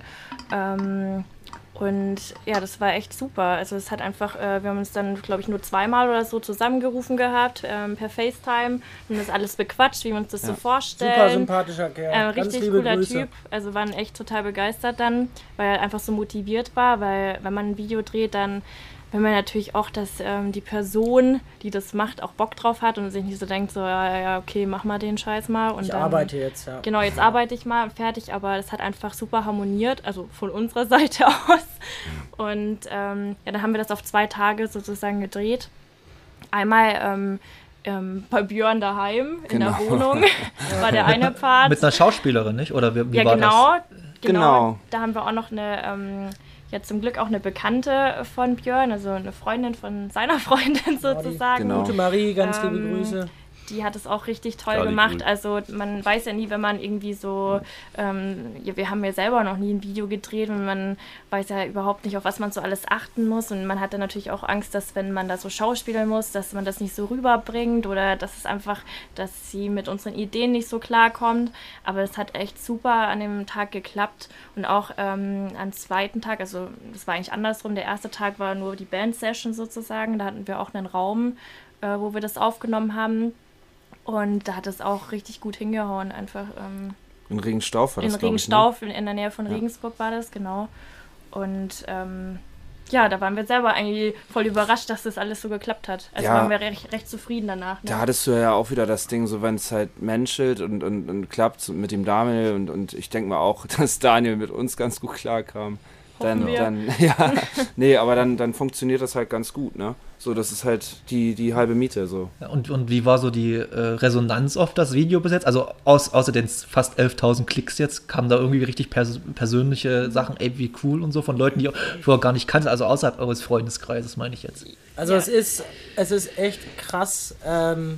Ähm, und ja, das war echt super. Also es hat einfach, äh, wir haben uns dann, glaube ich, nur zweimal oder so zusammengerufen gehabt, ähm, per FaceTime. Und das alles bequatscht, wie wir uns das so vorstellen.
Super sympathischer Kerl.
Ähm,
Ganz
richtig
liebe
cooler
Grüße.
Typ. Also waren echt total begeistert dann, weil er einfach so motiviert war. Weil wenn man ein Video dreht, dann will man natürlich auch, dass ähm, die Person, die das macht, auch Bock drauf hat und sich nicht so denkt, so, ja, ja, okay, mach mal den Scheiß mal. Und
Ich
dann,
arbeite jetzt, ja.
Genau, jetzt arbeite ich mal, fertig, aber das hat einfach super harmoniert, also von unserer Seite aus. Und ähm, ja, dann haben wir das auf zwei Tage sozusagen gedreht. Einmal ähm, ähm, bei Björn daheim in
Genau.
der Wohnung war der eine Part.
Mit einer Schauspielerin, nicht? Oder wie, wie
ja,
war
genau,
das?
genau.
Genau.
Da haben wir auch noch eine, ähm, ja zum Glück auch eine Bekannte von Björn, also eine Freundin von seiner Freundin sozusagen.
Genau.
Gute Marie, ganz liebe
Ähm,
Grüße.
Die hat es auch richtig toll
Ja, die
gemacht.
gut.
Also man weiß ja nie, wenn man irgendwie so, ähm, ja, wir haben ja selber noch nie ein Video gedreht und man weiß ja überhaupt nicht, auf was man so alles achten muss. Und man hat dann natürlich auch Angst, dass wenn man da so schauspielen muss, dass man das nicht so rüberbringt oder dass es einfach, dass sie mit unseren Ideen nicht so klarkommt. Aber es hat echt super an dem Tag geklappt. Und auch ähm, am zweiten Tag, also das war eigentlich andersrum, der erste Tag war nur die Band-Session sozusagen. Da hatten wir auch einen Raum, äh, wo wir das aufgenommen haben. Und da hat es auch richtig gut hingehauen, einfach ähm,
In Regenstauf war
in
das, glaub ich, ne?
Regenstauf, in, in der Nähe von Regensburg war das, genau. Und ähm, ja, da waren wir selber eigentlich voll überrascht, dass das alles so geklappt hat. Also
Ja.
waren wir recht, recht zufrieden danach. Ne?
Da hattest du ja auch wieder das Ding, so wenn es halt menschelt und, und, und klappt mit dem Daniel und, und ich denke mal auch, dass Daniel mit uns ganz gut klarkam. Dann,
Hoffen wir.
dann, ja, nee, aber dann, dann funktioniert das halt ganz gut, ne? So, das ist halt die, die halbe Miete, so.
Und, und wie war so die äh, Resonanz auf das Video bis jetzt? Also aus, außer den fast elftausend Klicks jetzt, kamen da irgendwie richtig pers persönliche Sachen, ey, wie cool und so, von Leuten, die ihr vorher gar nicht kannte, also außerhalb eures Freundeskreises, meine ich jetzt.
Also
Ja.
es ist, es ist echt krass, ähm,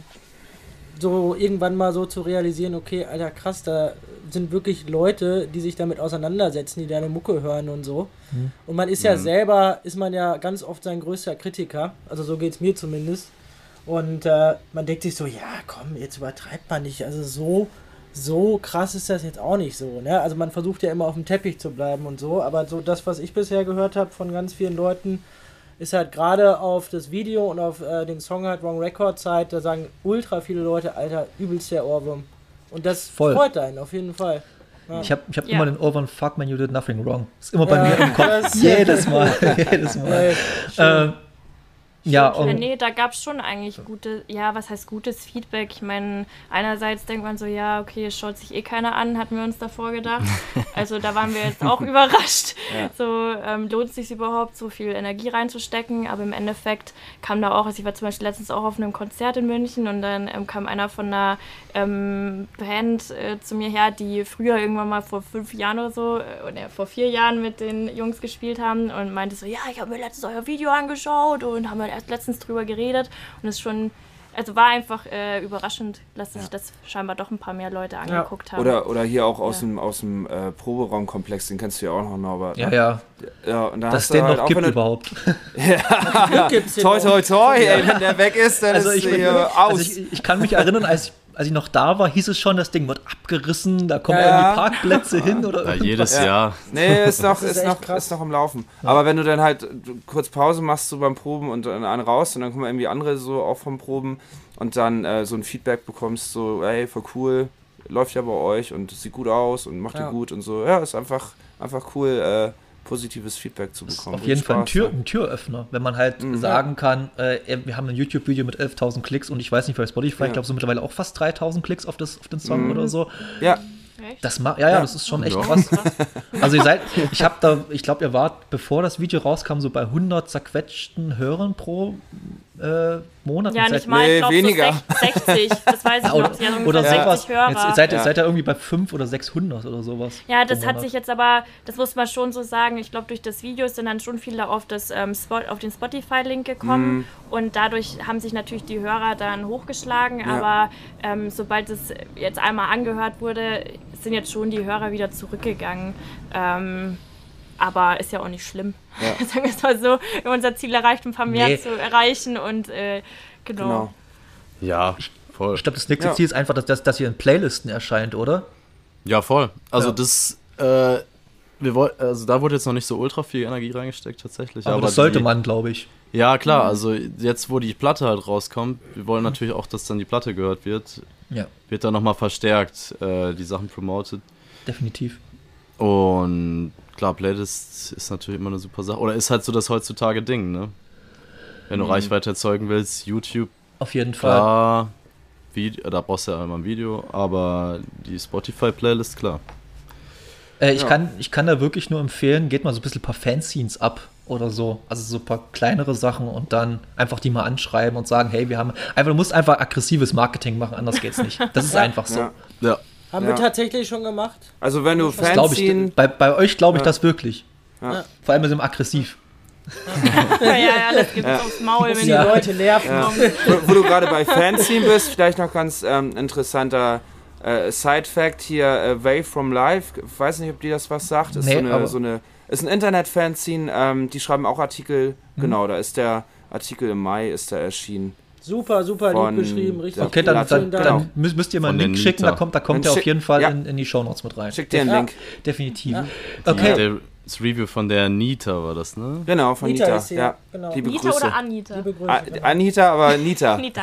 so irgendwann mal so zu realisieren, okay, Alter, krass, da sind wirklich Leute, die sich damit auseinandersetzen, die deine Mucke hören und so.
Mhm.
Und man ist ja selber, ist man ja ganz oft sein größter Kritiker, also so geht's mir zumindest. Und äh, man denkt sich so, ja, komm, jetzt übertreibt man nicht, also so, so krass ist das jetzt auch nicht so, ne? Also man versucht ja immer auf dem Teppich zu bleiben und so, aber so das, was ich bisher gehört habe von ganz vielen Leuten, ist halt gerade auf das Video und auf äh, den Song halt Wrong Record Zeit, da sagen ultra viele Leute, Alter, übelst der Ohrwurm. Und das
Voll.
freut einen, auf jeden Fall. Ja.
Ich habe ich hab
Ja.
immer den Ohrwurm, fuck man, you did nothing wrong. Ist immer bei
Ja,
mir im Kopf.
das-
Jedes Mal, jedes Mal.
Ey, schön.
Ähm, Ja,
Ja,
und
nee, da gab es schon eigentlich gute, ja, was heißt gutes Feedback? Ich meine, einerseits denkt man so, ja, okay, es schaut sich eh keiner an, hatten wir uns davor gedacht. Also da waren wir jetzt auch überrascht.
Ja.
So, ähm, lohnt es sich überhaupt, so viel Energie reinzustecken? Aber im Endeffekt kam da auch, also ich war zum Beispiel letztens auch auf einem Konzert in München und dann ähm, kam einer von einer ähm, Band äh, zu mir her, die früher irgendwann mal vor fünf Jahren oder so, äh, oder vor vier Jahren mit den Jungs gespielt haben und meinte so, ja, ich habe mir letztens euer Video angeschaut und haben wir erst letztens drüber geredet und es schon, also war einfach äh, überraschend, dass sich das scheinbar doch ein paar mehr Leute angeguckt haben.
Oder, oder hier auch aus
Ja.
dem, aus dem äh, Proberaumkomplex, den kennst du ja auch noch, Norbert.
ja,
ne?
ja,
ja und da
dass
hast
es
du
den
halt
noch
auch,
gibt
wenn du,
überhaupt.
ja,
Gibt's den
toi,
noch?
toi, toi, ey, wenn der weg ist, dann
Also
ist
ich,
hier aus.
also ich, ich kann mich erinnern, als ich, als ich noch da war, hieß es schon, das Ding wird abgerissen, da kommen
Ja,
irgendwie
ja.
Parkplätze hin oder
Ja,
irgendwas.
jedes
Ja.
Jahr.
Nee, ist noch,
Das ist
ist,
echt
noch,
krass.
ist noch im Laufen. Aber wenn du dann halt du kurz Pause machst so beim Proben und dann einen raus und dann kommen irgendwie andere so auch vom Proben und dann äh, so ein Feedback bekommst, so, ey, voll cool, läuft ja bei euch und sieht gut aus und macht
Ja.
ihr gut und so. Ja, ist einfach, einfach cool, äh, positives Feedback zu bekommen.
Auf jeden
Macht
Fall ein,
Spaß,
Tür,
ne?
ein Türöffner, wenn man halt
Mhm.
sagen kann, äh, wir haben ein YouTube-Video mit elftausend Klicks und ich weiß nicht, bei Spotify,
Ja.
ich glaube so mittlerweile auch fast dreitausend Klicks auf, das, auf den Song
Mhm.
oder so.
Ja,
Echt?
Das ma ja, ja,
Ja.
das ist schon echt
Ja.
krass. Also ihr seid, ich habe da, ich glaube, ihr wart, bevor das Video rauskam, so bei hundert zerquetschten Hörern pro äh, Monat.
Ja,
Und
nicht
seid-
mal,
Nee,
ich glaube
weniger.
so sechzig, das weiß ich
oder,
noch, sie haben
oder
ungefähr
sowas.
sechzig Hörer.
Jetzt seid ihr
Ja.
seid ihr irgendwie bei fünf oder sechshundert oder sowas.
Ja, das
pro
hat
Monat.
sich jetzt aber, das muss man schon so sagen, ich glaube, durch das Video sind dann schon viele auf, das, ähm, Spot, auf den Spotify-Link gekommen
Mhm.
und dadurch haben sich natürlich die Hörer dann hochgeschlagen,
Ja.
aber ähm, sobald es jetzt einmal angehört wurde, sind jetzt schon die Hörer wieder zurückgegangen. Ähm, aber ist ja auch nicht schlimm.
Ja.
Sagen wir es mal so, wir haben unser Ziel erreicht, ein paar mehr
Nee.
zu erreichen und äh, genau.
genau.
Ja, voll.
Ich glaube, das nächste
Ja.
Ziel ist einfach, dass, dass, dass ihr in Playlisten erscheint, oder?
Ja, voll. Also
Ja.
das, äh, wir wollten, also da wurde jetzt noch nicht so ultra viel Energie reingesteckt tatsächlich.
Aber, das sollte
die,
man, glaube ich.
Ja, klar, also jetzt, wo die Platte halt rauskommt, wir wollen natürlich auch, dass dann die Platte gehört wird,
Ja,
wird dann nochmal verstärkt, äh, die Sachen promoted.
definitiv.
Und klar, Playlist ist natürlich immer eine super Sache. Oder ist halt so das heutzutage Ding, ne? Wenn du
Mhm.
Reichweite erzeugen willst, YouTube,
Auf jeden Fall.
klar, Video, da brauchst du ja einmal ein Video, aber die Spotify-Playlist, klar.
Äh, ich,
Ja.
kann, ich kann da wirklich nur empfehlen, geht mal so ein bisschen ein paar Fanscenes ab oder so. Also so ein paar kleinere Sachen und dann einfach die mal anschreiben und sagen, hey, wir haben. Einfach, du musst einfach aggressives Marketing machen, anders geht's nicht. Das ist
Ja.
einfach so.
Ja.
Ja,
Haben
Ja.
wir tatsächlich schon gemacht.
Also wenn du
Das glaub ich,
Fanzine,
bei, bei euch glaube ich
Ja.
das wirklich.
Ja.
Vor allem mit dem aggressiv.
Ja, ja, ja, das gibt es aufs Maul.
Muss
Wenn
die
Ja.
Leute nerven.
Ja. wo, wo du gerade bei Fanzine bist, vielleicht noch ganz ähm, interessanter äh, Side-Fact hier, äh, Way from Life, ich weiß nicht, ob dir das was sagt, ist
Nee,
so eine,
aber-
so eine, ist ein Internet-Fanzine, ähm, die schreiben auch Artikel,
Mhm.
genau, da ist der Artikel im Mai, ist da erschienen.
Super, super
Von
lieb geschrieben, richtig.
der
Okay, dann,
Platte,
dann,
genau.
dann müsst, müsst ihr mal einen
Von
Link
der
schicken, da
Nita.
kommt, da kommt
Dann
er auf
schick-
jeden Fall
ja.
in, in die Shownotes mit rein.
Schick dir einen
Ja.
Link.
Definitiv.
Ja.
Okay.
der, das Review von der Nita war das, ne?
Genau, von
Nita
Nita.
ist sie,
ja.
genau.
Liebe
Nita
Grüße.
oder Anita?
Liebe Grüße.
A- Anita, aber Nita.
Nita.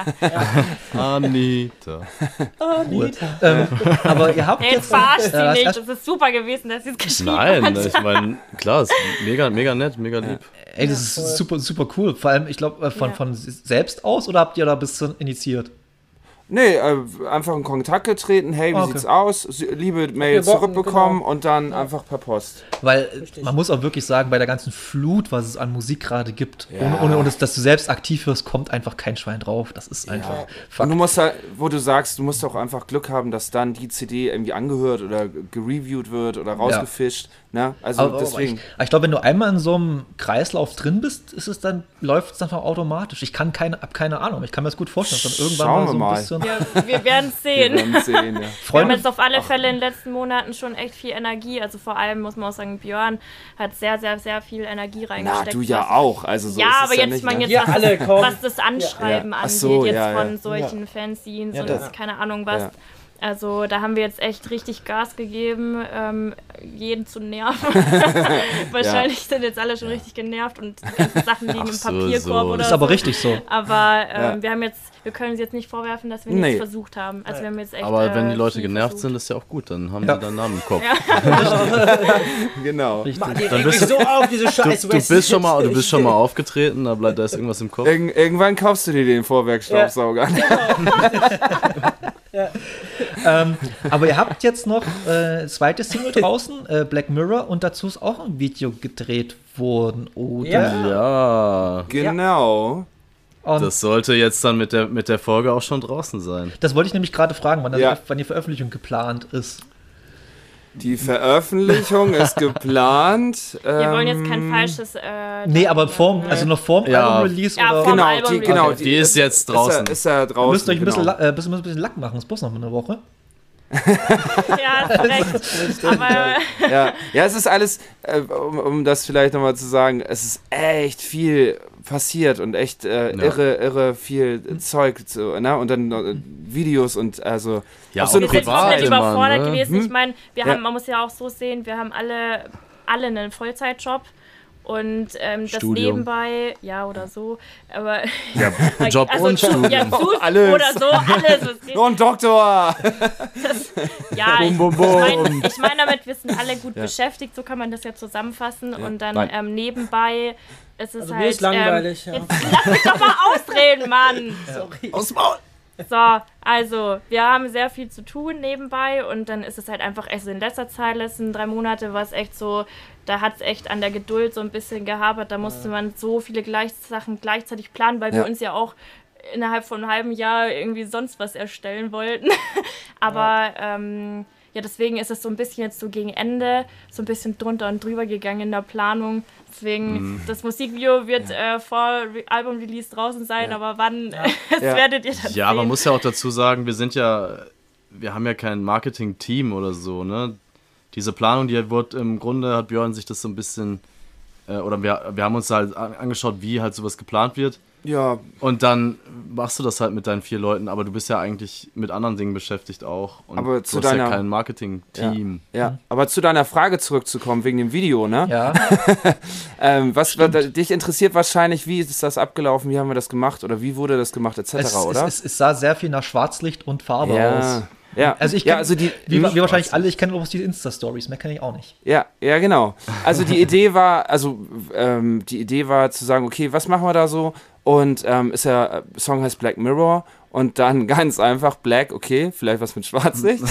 Anita.
Cool. Ähm, aber ihr habt
Nee, jetzt
jetzt.
verarscht sie
Ja, das
nicht.
erst-
Das ist super gewesen, dass sie es geschrieben
Nein,
hat.
ich meine, klar, ist mega, mega nett, mega lieb.
Ey, das ist
voll.
super, super cool. Vor allem, ich glaube, von,
Ja.
von selbst aus oder habt ihr da ein bisschen initiiert?
Nee, äh, einfach in Kontakt getreten, hey, wie
Okay.
sieht's aus? Sie- Liebe Mail
wir Bocken,
zurückbekommen
genau.
und dann
Ja.
einfach per Post.
Weil
Richtig.
man muss auch wirklich sagen, bei der ganzen Flut, was es an Musik gerade gibt,
Ja.
ohne, ohne, ohne dass, dass du selbst aktiv wirst, kommt einfach kein Schwein drauf. Das ist einfach
Und
Fakt.
du musst halt, wo du sagst, du musst auch einfach Glück haben, dass dann die C D irgendwie angehört oder gereviewt wird oder rausgefischt. Ne? Also
Aber, aber
deswegen.
ich, aber ich glaube, wenn du einmal in so einem Kreislauf drin bist, ist es dann, läuft es einfach automatisch. Ich kann keine, hab keine Ahnung. Ich kann mir das gut vorstellen, dass dann irgendwann
Schauen
mal so ein
wir mal.
bisschen.
Wir, wir werden es
Wir
sehen.
werden sehen, ja.
Wir haben
Freunde,
jetzt auf alle Fälle in den letzten Monaten schon echt viel Energie. Also vor allem muss man auch sagen, Björn hat sehr, sehr, sehr viel Energie
Na,
reingesteckt.
du ja
was-
auch. Also so
Ja,
ist es
aber
ja
jetzt
nicht,
mal
ne?
jetzt
Wir
was,
alle kommen.
was das Anschreiben
Ja. Ach
angeht,
so,
jetzt
ja, ja.
von solchen Fanzines
Ja,
und
das-
keine Ahnung was.
Ja.
Also da haben wir jetzt echt richtig Gas gegeben, ähm, jeden zu nerven. Wahrscheinlich ja. sind jetzt alle schon ja. richtig genervt und die ganzen Sachen liegen Ach im Papierkorb so, so. oder
Ist
so.
aber richtig so.
Aber ähm, ja. wir haben jetzt, wir können uns jetzt nicht vorwerfen, dass wir nee. nichts versucht haben. Also wir haben jetzt echt,
aber wenn die
äh,
Leute genervt
versucht.
sind, ist ja auch gut, dann haben
ja.
sie dann Namen im Kopf.
Ja. Genau.
Richtig. Mann, dann bist du so auf, diese Scheiße.
Du, du bist schon mal, du bist schon mal aufgetreten, da, bleibt, da ist irgendwas im Kopf.
Ir- irgendwann kaufst du dir den Vorwerkstaubsauger.
Ja. Ja.
ähm, aber ihr habt jetzt noch äh, zweite Single draußen, äh, Black Mirror, und dazu ist auch ein Video gedreht worden, oder?
Ja. ja.
Genau.
Und
das sollte jetzt dann mit der, mit der Folge auch schon draußen sein.
Das wollte ich nämlich gerade fragen, wann,
ja.
das, wann die Veröffentlichung geplant ist.
Die Veröffentlichung ist geplant.
Wir ähm, wollen jetzt kein falsches... Äh,
nee, aber vorm, also noch vorm
ja.
Album-Release?
Ja,
oder?
vorm
genau,
Album
die, genau
okay.
die,
die ist jetzt draußen.
Ist er, ist er draußen.
Ihr müsst euch ein bisschen,
genau.
äh, bisschen, ein bisschen Lack machen, ist bloß noch eine Woche.
Ja, ist recht. Aber
ja. ja, es ist alles, äh, um, um das vielleicht nochmal zu sagen, es ist echt viel passiert und echt äh, ja. irre, irre viel Zeug, so, ne? Und dann äh, Videos und also
ja,
auch so eine wir sind komplett überfordert
Mann, ne?
gewesen.
Hm?
Ich meine, wir
ja.
haben, man muss ja auch so sehen, wir haben alle, alle einen Vollzeitjob. Und ähm, das
Studium.
nebenbei, ja oder so, aber
ja, Job
also,
und Studium.
Ja, zu,
alles.
oder so, alles.
Und Doktor!
Das, ja,
bum, bum, bum.
ich meine ich mein damit, wir sind alle gut ja. beschäftigt, so kann man das ja zusammenfassen. Ja. Und dann ähm, nebenbei ist es
also
halt...
mir ist langweilig,
ähm,
ja.
Jetzt lass mich doch mal ausreden, Mann!
Sorry.
Aus dem Maul!
So, also, wir haben sehr viel zu tun nebenbei und dann ist es halt einfach, also in letzter Zeit, letzten drei Monate war es echt so, da hat es echt an der Geduld so ein bisschen gehapert, da musste man so viele gleich Sachen gleichzeitig planen, weil ja. wir uns ja auch innerhalb von einem halben Jahr irgendwie sonst was erstellen wollten. Aber, ja. ähm, ja, deswegen ist es so ein bisschen jetzt so gegen Ende so ein bisschen drunter und drüber gegangen in der Planung. Deswegen, mm. das Musikvideo wird ja. äh, vor Re- Album-Release draußen sein, ja. aber wann, ja. das ja. werdet ihr dann sehen.
Ja, man muss ja auch dazu sagen, wir sind ja, wir haben ja kein Marketing-Team oder so, ne? Diese Planung, die wird im Grunde, hat Björn sich das so ein bisschen, äh, oder wir, wir haben uns halt angeschaut, wie halt sowas geplant wird.
Ja.
Und dann machst du das halt mit deinen vier Leuten, aber du bist ja eigentlich mit anderen Dingen beschäftigt auch. Und
aber
du
zu
hast
deiner,
ja kein Marketing-Team.
Ja, ja. aber zu deiner Frage zurückzukommen, wegen dem Video, ne?
Ja.
ähm, was wird, dich interessiert wahrscheinlich, wie ist das abgelaufen, wie haben wir das gemacht oder wie wurde das gemacht, et cetera,
es,
oder?
Es, es, es sah sehr viel nach Schwarzlicht und Farbe
ja.
aus.
Ja,
also ich kenn,
ja, also die,
wie, wie wahrscheinlich alle, ich kenne bloß die Insta-Stories, mehr kenne ich auch nicht.
Ja, ja, genau. Also die Idee war, also ähm, die Idee war zu sagen, okay, was machen wir da so? Und ähm, ist ja, Song heißt Black Mirror und dann ganz einfach Black, okay, vielleicht was mit Schwarzlicht.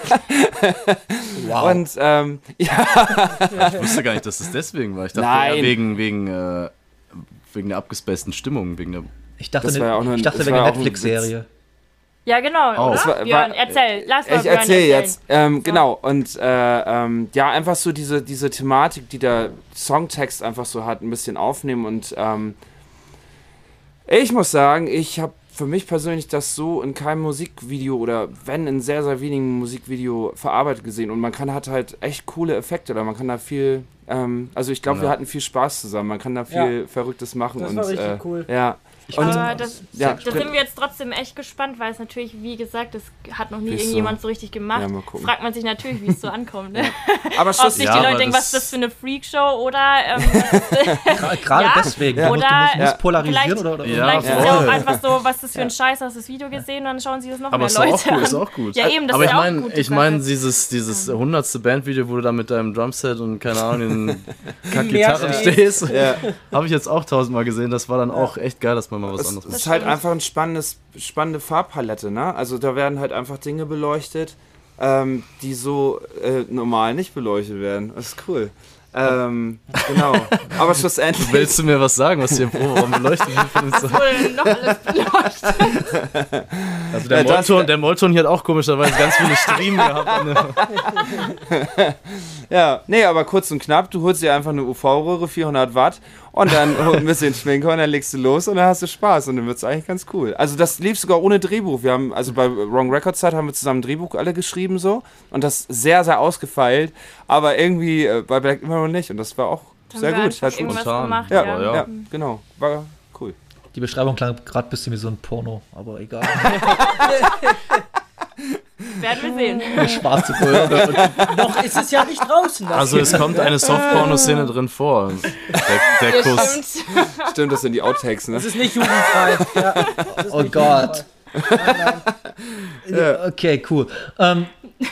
Wow.
Und ähm, ja.
Ich wusste gar nicht, dass es deswegen war. Ich dachte
Nein.
eher wegen, wegen, äh, wegen der abgespaceden Stimmung, wegen der.
Ich dachte,
Das war ja auch nur ein-
ich dachte
das
wegen
war
der
auch ein
Netflix-Serie.
Ja, genau,
Oh.
oder?
Das war-
Björn,
war-
erzähl, lass mal
Ich
Björn
erzähle
erzählen.
jetzt. Ähm,
So.
Genau, und äh, ähm, ja, einfach so diese, diese Thematik, die der Songtext einfach so hat, ein bisschen aufnehmen. Und ähm, ich muss sagen, ich habe für mich persönlich das so in keinem Musikvideo oder wenn in sehr, sehr wenigen Musikvideo verarbeitet gesehen. Und man kann hat halt echt coole Effekte da, man kann da viel, ähm, also ich glaube,
Ja.
wir hatten viel Spaß zusammen, man kann da viel Verrücktes machen.
Das
und,
war richtig
äh,
cool.
Ja.
Ich
Und-
finde-
Aber das,
Ja,
da sind wir jetzt trotzdem echt gespannt, weil es natürlich, wie gesagt, das hat noch nie
Bist du-
irgendjemand so richtig gemacht.
Ja, mal gucken.
Fragt man sich natürlich, wie es so ankommt. Ne?
Aber
Ob
Schluss,
sich
Ja,
die
aber
Leute denken, was ist
das-
das für eine Freakshow oder ähm,
Gra- Gerade
Ja.
deswegen.
Ja.
Du musst,
Oder-
du musst, musst
Ja.
polarisieren
Vielleicht-
oder, oder
Ja,
vielleicht ist es
voll.
ja auch einfach so, was ist das für ein Scheiß, hast du das Video gesehen und dann schauen sie das noch
Aber
mehr
ist doch
Leute
auch gut,
an.
ist auch gut.
Ja, eben, das
aber
ist
ich
ja auch
meine,
gute
ich meine,
Sache.
dieses, dieses hundertste Bandvideo, wo du da mit deinem Drumset und keine Ahnung, in
Meer
Kack-Gitarren
stehst.
stehst,
Ja.
habe ich jetzt auch tausendmal gesehen. Das war dann auch echt geil, dass man mal was
Es
anderes
ist
macht.
halt
stimmt.
einfach ein spannendes, spannende Farbpalette, ne? Also da werden halt einfach Dinge beleuchtet, ähm, die so äh, normal nicht beleuchtet werden. Das ist cool. Ähm, genau. Aber schlussendlich.
Willst du mir was sagen, was dir im Proberaum beleuchtet wird?
Wohl noch alles beleuchtet.
Also der,
Ja, das-
Mollton, der Mollton hier hat auch komischerweise ganz viele Striemen gehabt.
Ja, nee, aber kurz und knapp, du holst dir einfach eine U V-Röhre, vierhundert Watt und dann ein bisschen Schminke und dann legst du los und dann hast du Spaß und dann wird's eigentlich ganz cool. Also das lief sogar ohne Drehbuch. Wir haben, also bei Wrong Record Zeit haben wir zusammen ein Drehbuch alle geschrieben so und das sehr, sehr ausgefeilt, aber irgendwie äh, bei Black Mirror nicht und das war auch
Haben
sehr
wir
gut.
einfach
Hat gut.
irgendwas
spontan.
gemacht,
Ja,
ja.
ja.
Ja, genau. War cool.
Die Beschreibung klang gerade ein bisschen wie so ein Porno, aber egal.
Werden wir sehen.
Eine schwarze Röhre.
Noch ist es ja nicht draußen. das
Also
hier.
es kommt eine Softporno-Szene drin vor. Der, der Kuss.
Stimmt.
Stimmt, das sind die Outtakes, ne?
Das ist nicht jugendfrei. Ja, das ist
Oh
nicht
Gott.
jugendfrei. Nein, nein.
Okay, cool. Ähm,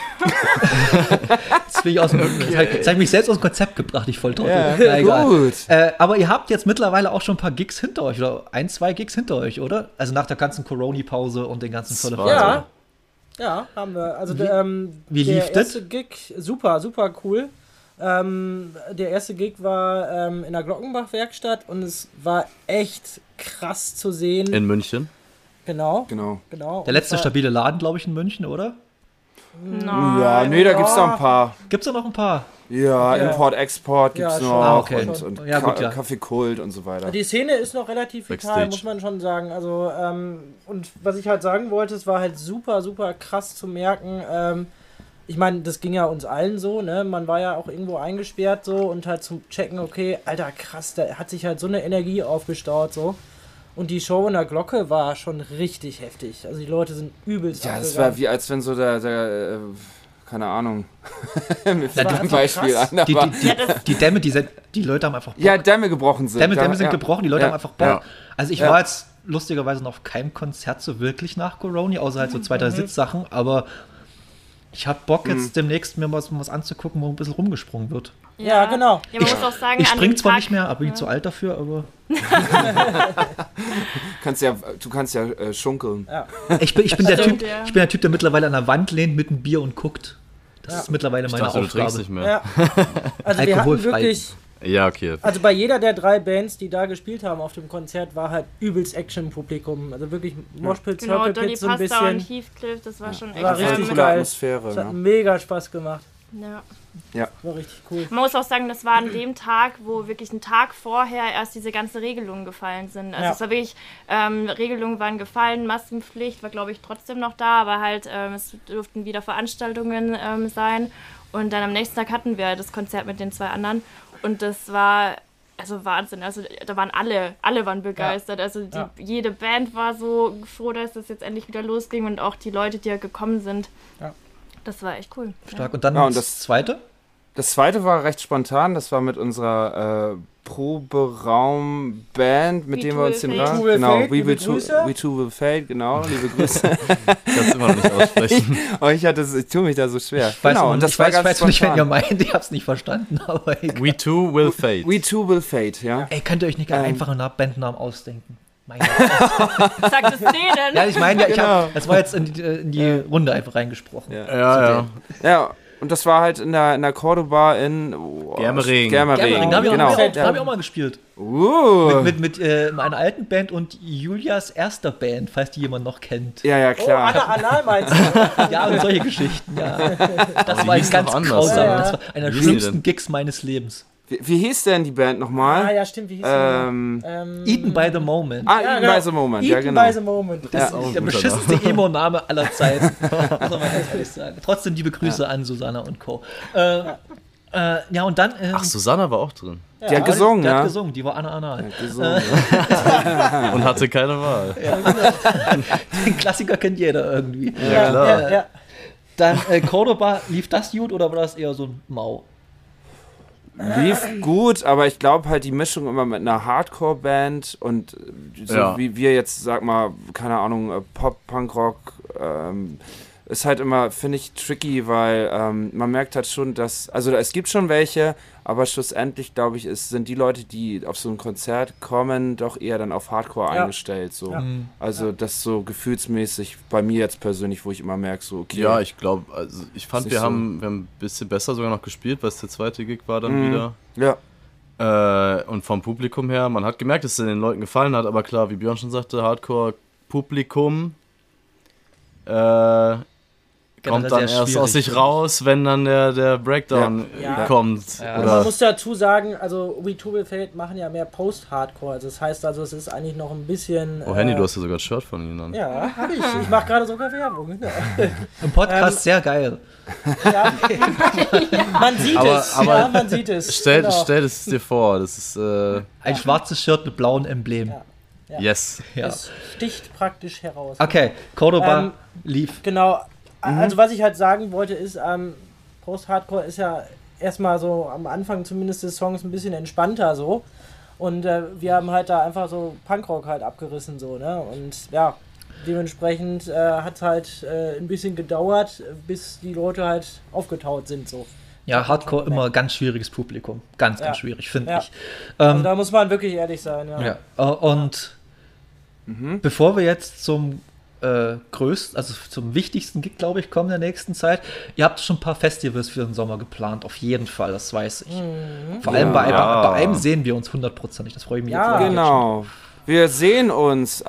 jetzt bin ich aus dem, jetzt habe ich, jetzt hab ich mich selbst aus dem Konzept gebracht, ich voll drauf.
Ja,
Na, egal.
gut.
Äh, aber ihr habt jetzt mittlerweile auch schon ein paar Gigs hinter euch, oder ein, zwei Gigs hinter euch, oder? Also nach der ganzen Corona-Pause und den ganzen volle
Zwei.
Ja, ja, haben wir. Also
Wie-
ähm,
wie
der
lief das?
erste Gig, super, super cool. Ähm, der erste Gig war ähm, in der Glockenbach-Werkstatt und es war echt krass zu sehen.
In München.
genau,
Genau.
genau.
Der letzte
Und zwar-
stabile Laden, glaube ich, in München, oder?
Nein.
Ja, nee, da gibt's noch ein paar.
Gibt's da noch ein paar?
Ja,
Ja.
Import, Export gibt's
Ja, schon.
noch
Ah, okay.
und, und
Ja, gut,
Ka-
ja.
Kaffeekult und so weiter.
Die Szene ist noch relativ vital,
Backstage.
muss man schon sagen. Also, ähm, und was ich halt sagen wollte, es war halt super, super krass zu merken. Ähm, ich meine, das ging ja uns allen so, ne? Man war ja auch irgendwo eingesperrt so und halt zum Checken, okay, Alter, krass, da hat sich halt so eine Energie aufgestaut so. Und die Show in der Glocke war schon richtig heftig. Also die Leute sind übelst
Ja, das
abgegangen.
war wie als wenn so der, der äh, keine Ahnung, mir fällt
war
kein
einfach
Beispiel
krass.
an,
Die,
aber
die, die, die Dämme, die, sind, die Leute haben einfach Bock.
ja, Dämme gebrochen sind.
Dämme,
Da-
Dämme sind
ja.
gebrochen, die Leute
Ja.
haben einfach Bock.
Ja.
Also ich
Ja.
war jetzt lustigerweise noch auf keinem Konzert so wirklich nach Corona, außer halt so zwei,
Mhm.
drei Sitzsachen, aber ich hab Bock jetzt demnächst mir was, was anzugucken, wo ein bisschen rumgesprungen wird.
Ja, genau.
Ja, man muss auch sagen,
Ich
an
spring
dem
zwar
Tag,
nicht mehr, aber bin zu alt dafür, aber
Kannst ja, du kannst ja äh, schunkeln.
ich bin, ich, bin der
Stimmt,
typ,
ja.
ich bin der Typ, der mittlerweile an der Wand lehnt mit einem Bier und guckt. Das
Ja.
ist mittlerweile
Ich
meine
dachte, du
Aufgabe.
trinkst nicht mehr.
Ja. Also wir hatten
Alkoholfrei.
wirklich,
Ja, okay.
also bei jeder der drei Bands, die da gespielt haben auf dem Konzert, war halt übelst Action-Publikum. Also wirklich Moshpit,
genau,
Circle
Dolly
Pit so ein
Pasta und
bisschen.
Heathcliff, das war schon echt
War
Das war
richtig
eine
ähm,
coole
geil.
Atmosphäre.
Das hat
Ne?
mega Spaß gemacht.
ja.
War richtig cool.
Man muss auch sagen, das war an dem Tag, wo wirklich einen Tag vorher erst diese ganzen Regelungen gefallen sind. Also
Ja.
es war wirklich, ähm, Regelungen waren gefallen, Maskenpflicht war glaube ich trotzdem noch da, aber halt ähm, es durften wieder Veranstaltungen ähm, sein. Und dann am nächsten Tag hatten wir das Konzert mit den zwei anderen und das war also Wahnsinn. Also da waren alle, alle waren begeistert. Also die,
Ja.
jede Band war so froh, dass das jetzt endlich wieder losging und auch die Leute, die ja gekommen sind.
Ja.
Das war echt cool.
Stark. Und dann
Ja, und
das,
das-
zweite?
Das zweite war recht spontan, das war mit unserer äh, Proberaum-Band, mit
We
dem
Two
wir uns
Will
den
Fade.
Rahmen-
We Two Will
genau,
Fade,
We,
liebe
Will Two,
Grüße.
We Two Will Fade, genau, liebe Grüße.
Kannst immer noch nicht aussprechen.
oh, ich, hatte, ich tue mich da so schwer.
Ich weiß,
genau,
auch-
und das
ich
war
weiß,
ganz
weiß nicht, wenn ihr
spontan.
meint, ich hab's nicht verstanden, aber egal.
We too will fade.
We Two Will Fade, ja.
Ey, könnt ihr euch nicht
Ähm.
einfach einen Bandnamen ausdenken? Meine
Sagt es denen.
Ja, ich meine, ja, ich
Genau.
hab, das war jetzt in die, in die Runde einfach reingesprochen.
Ja.
Ja, ja.
Ja, und das war halt in der, in der Cordoba in oh,
Germering.
Germering,
Germering, da habe ich,
genau.
auch- da hab
Ja.
ich auch mal gespielt.
Uh.
Mit, mit äh, meiner alten Band und Julias erster Band, falls die jemand noch kennt.
Ja, ja,
Oh,
klar.
Anna Anal meinst du?
Ja, und solche Geschichten, ja. Das
die
war
hieß
ganz
doch anders,
grausam.
ja.
Das war einer der
Wie hieß die
schlimmsten
denn?
Gigs meines Lebens.
Wie, wie hieß denn die Band
Ah
nochmal?
ja, stimmt, wie hieß
ähm,
die? Ähm,
Eaten by the Moment.
ah,
ja,
Even
genau.
by the Moment, ja,
Eaten
genau.
by the Moment.
Das
auch ein
ist der
guter
beschissenste Emo-Name aller Zeiten. Muss man mal ganz ehrlich sagen. Trotzdem liebe Grüße an Susanna und Co. Äh, äh, ja, und dann. Ähm,
Ach, Susanna war auch drin.
Die hat gesungen,
der
ja.
hat gesungen, die war Anna Anal.
Gesungen,
Und hatte keine Wahl.
Den Klassiker kennt jeder irgendwie.
Ja, klar.
Ja, ja.
Dann äh, Cordoba, lief das gut oder war das eher so ein Mau?
Lief gut, aber ich glaube halt die Mischung immer mit einer Hardcore-Band und so
Ja.
wie wir jetzt, sag mal, keine Ahnung, äh, Pop, Punkrock, ähm, ist halt immer, finde ich, tricky, weil ähm, man merkt halt schon, dass, also es gibt schon welche, aber schlussendlich, glaube ich, ist, sind die Leute, die auf so ein Konzert kommen, doch eher dann auf Hardcore
Ja.
eingestellt. So.
Ja.
Also das so gefühlsmäßig bei mir jetzt persönlich, wo ich immer merke, so, okay.
Ja, ich glaube, also ich fand,
Ist
wir
nicht
haben, wir haben ein bisschen besser sogar noch gespielt, weil es der zweite Gig war dann
Mhm.
wieder.
ja.
Äh, und vom Publikum her, man hat gemerkt, dass es den Leuten gefallen hat, aber klar, wie Björn schon sagte, Hardcore-Publikum äh, kommt dann
sehr
erst aus
schwierig.
sich raus, wenn dann der, der Breakdown
Ja.
äh, kommt.
Ja.
Man
Oder
muss dazu sagen, also We Two Will Fade machen ja mehr Post-Hardcore. Also das heißt also, es ist eigentlich noch ein bisschen.
oh, Henny,
äh,
du hast ja sogar ein Shirt von ihnen an.
Ja, hab ich. Ich mache gerade sogar Werbung. Ja.
Im Podcast
Ähm,
sehr geil.
Ja. Man sieht
Aber-
es.
aber
ja, man sieht es.
Stell,
Genau.
stell es dir vor, das ist, äh,
Ein schwarzes Shirt mit blauem Emblem.
Ja. Ja.
yes.
Ja.
Es sticht praktisch heraus.
Okay, Cordoba
Ähm,
lief.
Genau. Also was ich halt sagen wollte ist, ähm, Post-Hardcore ist ja erstmal so am Anfang zumindest des Songs ein bisschen entspannter so. Und äh, wir haben halt da einfach so Punkrock halt abgerissen so, ne? Und ja, dementsprechend äh, hat es halt äh, ein bisschen gedauert, bis die Leute halt aufgetaut sind so.
Ja, Hardcore immer ganz schwieriges Publikum. Ganz, ganz
Ja.
schwierig, finde
Ja.
ich. Ähm,
Also da muss man wirklich ehrlich sein, ja.
ja. äh, Und
Mhm.
bevor wir jetzt zum äh, größten, also zum wichtigsten Gig, glaube ich, kommen in der nächsten Zeit, ihr habt schon ein paar Festivals für den Sommer geplant, auf jeden Fall, das weiß ich. Vor allem bei,
Ja.
bei, bei einem sehen wir uns hundertprozentig, das freue ich mich
Ja.
jetzt wirklich
Genau. Wir sehen uns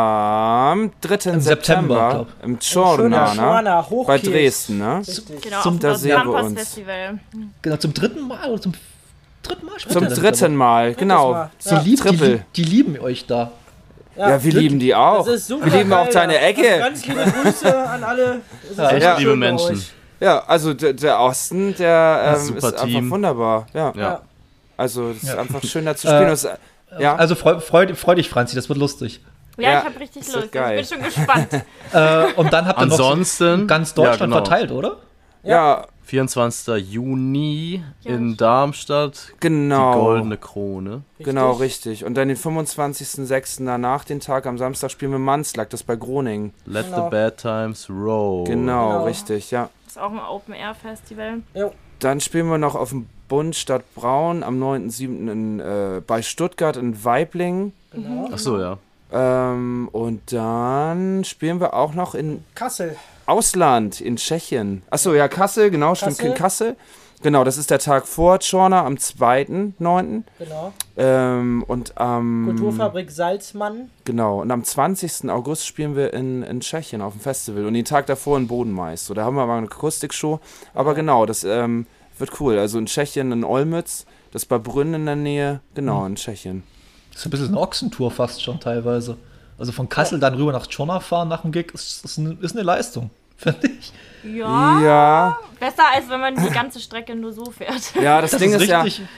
am dritten
Im September,
September
glaub.
im
Schöner
Chorna, ne?
Schorna,
bei
Hochkies.
Dresden, ne?
Richtig.
Genau,
Zum-
auf
da
das
sehen wir
Campus
uns.
Festival.
schon. Genau, zum dritten Mal oder zum dritten Mal? spielt
Zum
ihr das,
dritten
glaub
Mal, genau.
Mal.
ich. So
Ja.
lieb, die,
Triple.
lieb- die lieben euch da.
Ja, wir lieben die auch.
Das ist super
Wir lieben auch
geil,
deine
ja.
Ecke.
Also ganz liebe Grüße an alle. Es ist
Ja.
echt
Ja.
schön
Liebe
bei
Menschen.
euch.
Ja, also der, der Osten, der ähm, ist
super
einfach
Team.
wunderbar. Ja,
Ja.
also es ist
Ja.
einfach schön, da zu spielen.
Äh,
Das, ja,
Also freu, freu, freu dich, Franzi, das wird lustig.
Ja,
Ja,
ich habe richtig
das wird
Lust.
geil.
Ich bin schon gespannt.
Äh, und dann habt ihr noch
Ansonsten
ganz Deutschland
ja, genau.
verteilt, oder?
ja,
vierundzwanzigsten Juni
Ja.
in Darmstadt.
genau.
Die Goldene Krone.
Genau, richtig. Und dann den fünfundzwanzigsten sechsten danach, den Tag am Samstag, spielen wir Manslag, das bei Groningen.
Let
Genau.
the Bad Times Roll.
Genau,
Genau.
richtig, ja.
Das ist auch ein Open-Air-Festival.
Dann spielen wir noch auf dem Bund Stadt Braun am neunten siebten in, äh, bei Stuttgart in Weiblingen.
Genau.
Ach so, ja.
Ähm, und dann spielen wir auch noch in
Kassel.
Ausland, in Tschechien. Achso, ja, Kassel, genau, stimmt,
Kassel.
in Kassel. Genau, das ist der Tag vor Chorna am zweiten neunten
Genau.
Ähm, und am
Kulturfabrik Salzmann.
Genau, und am zwanzigsten August spielen wir in, in Tschechien auf dem Festival und den Tag davor in Bodenmais. So, da haben wir mal eine Akustikshow. Aber genau, das ähm, wird cool. Also in Tschechien, in Olmütz, das ist bei Brünn in der Nähe. Genau, in Tschechien.
Das ist ein bisschen eine Ochsentour fast schon teilweise. Also von Kassel dann rüber nach Tschorna fahren nach dem Gig ist, ist, eine, ist eine Leistung, finde ich.
Ja,
Ja,
besser als wenn man die ganze Strecke nur so fährt.
ja, das,
Das
Ding
ist
ist, ja,
richtig.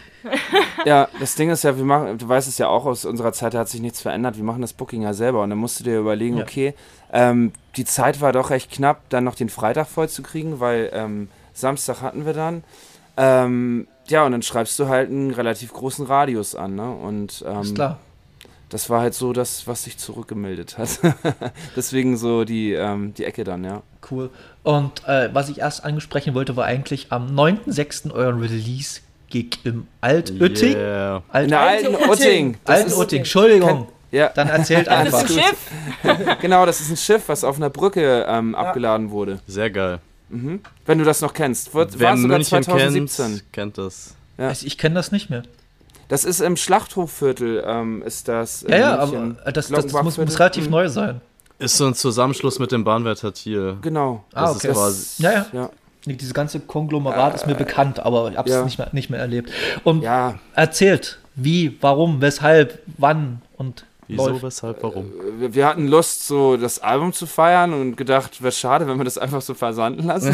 ja, das Ding ist ja, wir machen, du weißt es ja auch aus unserer Zeit, da hat sich nichts verändert. Wir machen das Booking ja selber und dann musst du dir überlegen,
Ja.
okay, ähm, die Zeit war doch recht knapp, dann noch den Freitag voll zu kriegen, weil ähm, Samstag hatten wir dann. Ähm, ja, und dann schreibst du halt einen relativ großen Radius an, ne? Und ähm,
Ist klar.
das war halt so das, was sich zurückgemeldet hat. Deswegen so die, ähm, die Ecke dann, ja.
Cool. Und äh, was ich erst ansprechen wollte, war eigentlich am neunten sechsten euren Release-Gig im Alt-Uetting.
Yeah.
In
Alt
der alten
Utting.
Utting. Das
Alt-Uetting,
ist,
Entschuldigung.
ja,
Dann erzählt
Das
einfach.
ist ein Schiff.
genau, das ist ein Schiff, was auf einer Brücke ähm, abgeladen wurde.
Sehr geil.
Mhm. Wenn du das noch kennst. Wird,
Wer
war sogar
München
zweitausendsiebzehn.
kennt, kennt das.
Ja.
Ich, ich kenne das nicht mehr.
Das ist im Schlachthofviertel, ähm, ist das. in
Ja, ja,
München.
aber das, das, das muss, muss
Glockenbachviertel.
relativ
Mhm.
neu sein.
Ist so ein Zusammenschluss mit dem Bahnwärter Thiel.
Genau.
Ah,
Das
okay.
ist quasi.
Ja, ja.
Ja.
Diese ganze Konglomerat ist mir bekannt, aber ich habe es
ja.
nicht, mehr, nicht mehr erlebt. Und
ja,
erzählt, wie, warum, weshalb, wann und
Wieso,
läuft.
weshalb, warum?
wir, wir hatten Lust, so das Album zu feiern und gedacht, wäre schade, wenn wir das einfach so versanden lassen.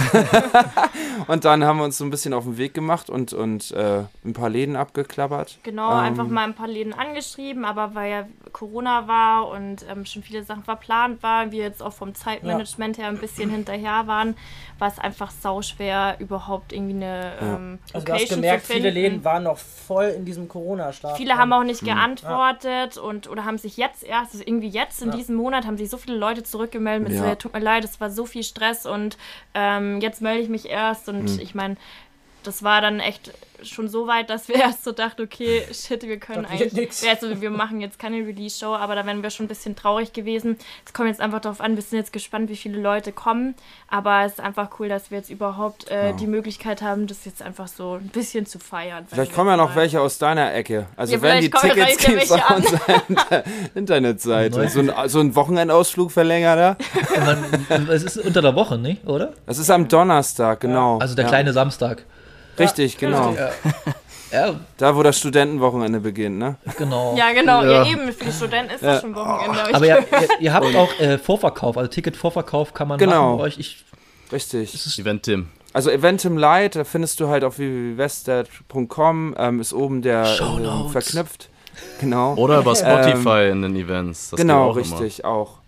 Und dann haben wir uns so ein bisschen auf den Weg gemacht und, und äh, ein paar Läden abgeklappert.
Genau,
Ähm,
einfach mal ein paar Läden angeschrieben, aber weil ja Corona war und ähm, schon viele Sachen verplant waren, wir jetzt auch vom Zeitmanagement her ein bisschen hinterher waren, war es einfach sauschwer, überhaupt irgendwie eine ähm,
Also du hast
Location
gemerkt,
zu finden.
viele Läden waren noch voll in diesem Corona-Start.
Viele haben auch nicht geantwortet und oder haben sich jetzt erst, also irgendwie jetzt in
Ja.
diesem Monat haben sich so viele Leute zurückgemeldet mit
Ja.
so, ja, tut mir leid, es war so viel Stress und ähm, jetzt melde ich mich erst und ich meine, das war dann echt schon so weit, dass wir erst so dachten, okay, shit, wir können
Das wird
eigentlich,
nix.
ja, also wir machen jetzt keine Release-Show, aber da wären wir schon ein bisschen traurig gewesen. Es kommt jetzt einfach darauf an, wir sind jetzt gespannt, wie viele Leute kommen, aber es ist einfach cool, dass wir jetzt überhaupt äh,
Genau.
die Möglichkeit haben, das jetzt einfach so ein bisschen zu feiern.
Vielleicht
sagen
kommen
wir
ja noch
mal.
welche aus deiner Ecke. Also
Ja,
wenn die
vielleicht kommen ja
Tickets
welche
gibt's auf
an.
unserer Inter- Internetseite. So ein, so ein Wochenendausflug verlängerter.
Und man, es ist unter der Woche, nicht, oder?
Das ist am Donnerstag, genau.
Also der
ja.
kleine Samstag.
Richtig, genau.
Ja, ja
Da, wo das Studentenwochenende beginnt, ne?
genau.
Ja, genau,
Ja.
ja. eben, für die Studenten ist
Ja.
das schon Wochenende. aber ich
Aber ihr, ihr, ihr habt auch äh, Vorverkauf, also Ticketvorverkauf kann man
Genau.
machen bei euch. Ich,
Richtig.
Event Tim.
Also Eventim Light, da findest du halt auf w w w punkt westert punkt com, ähm, ist oben der
Shownotes.
ähm, verknüpft. Genau.
Oder über Spotify in den Events. Das
genau,
geht auch immer.
richtig, auch.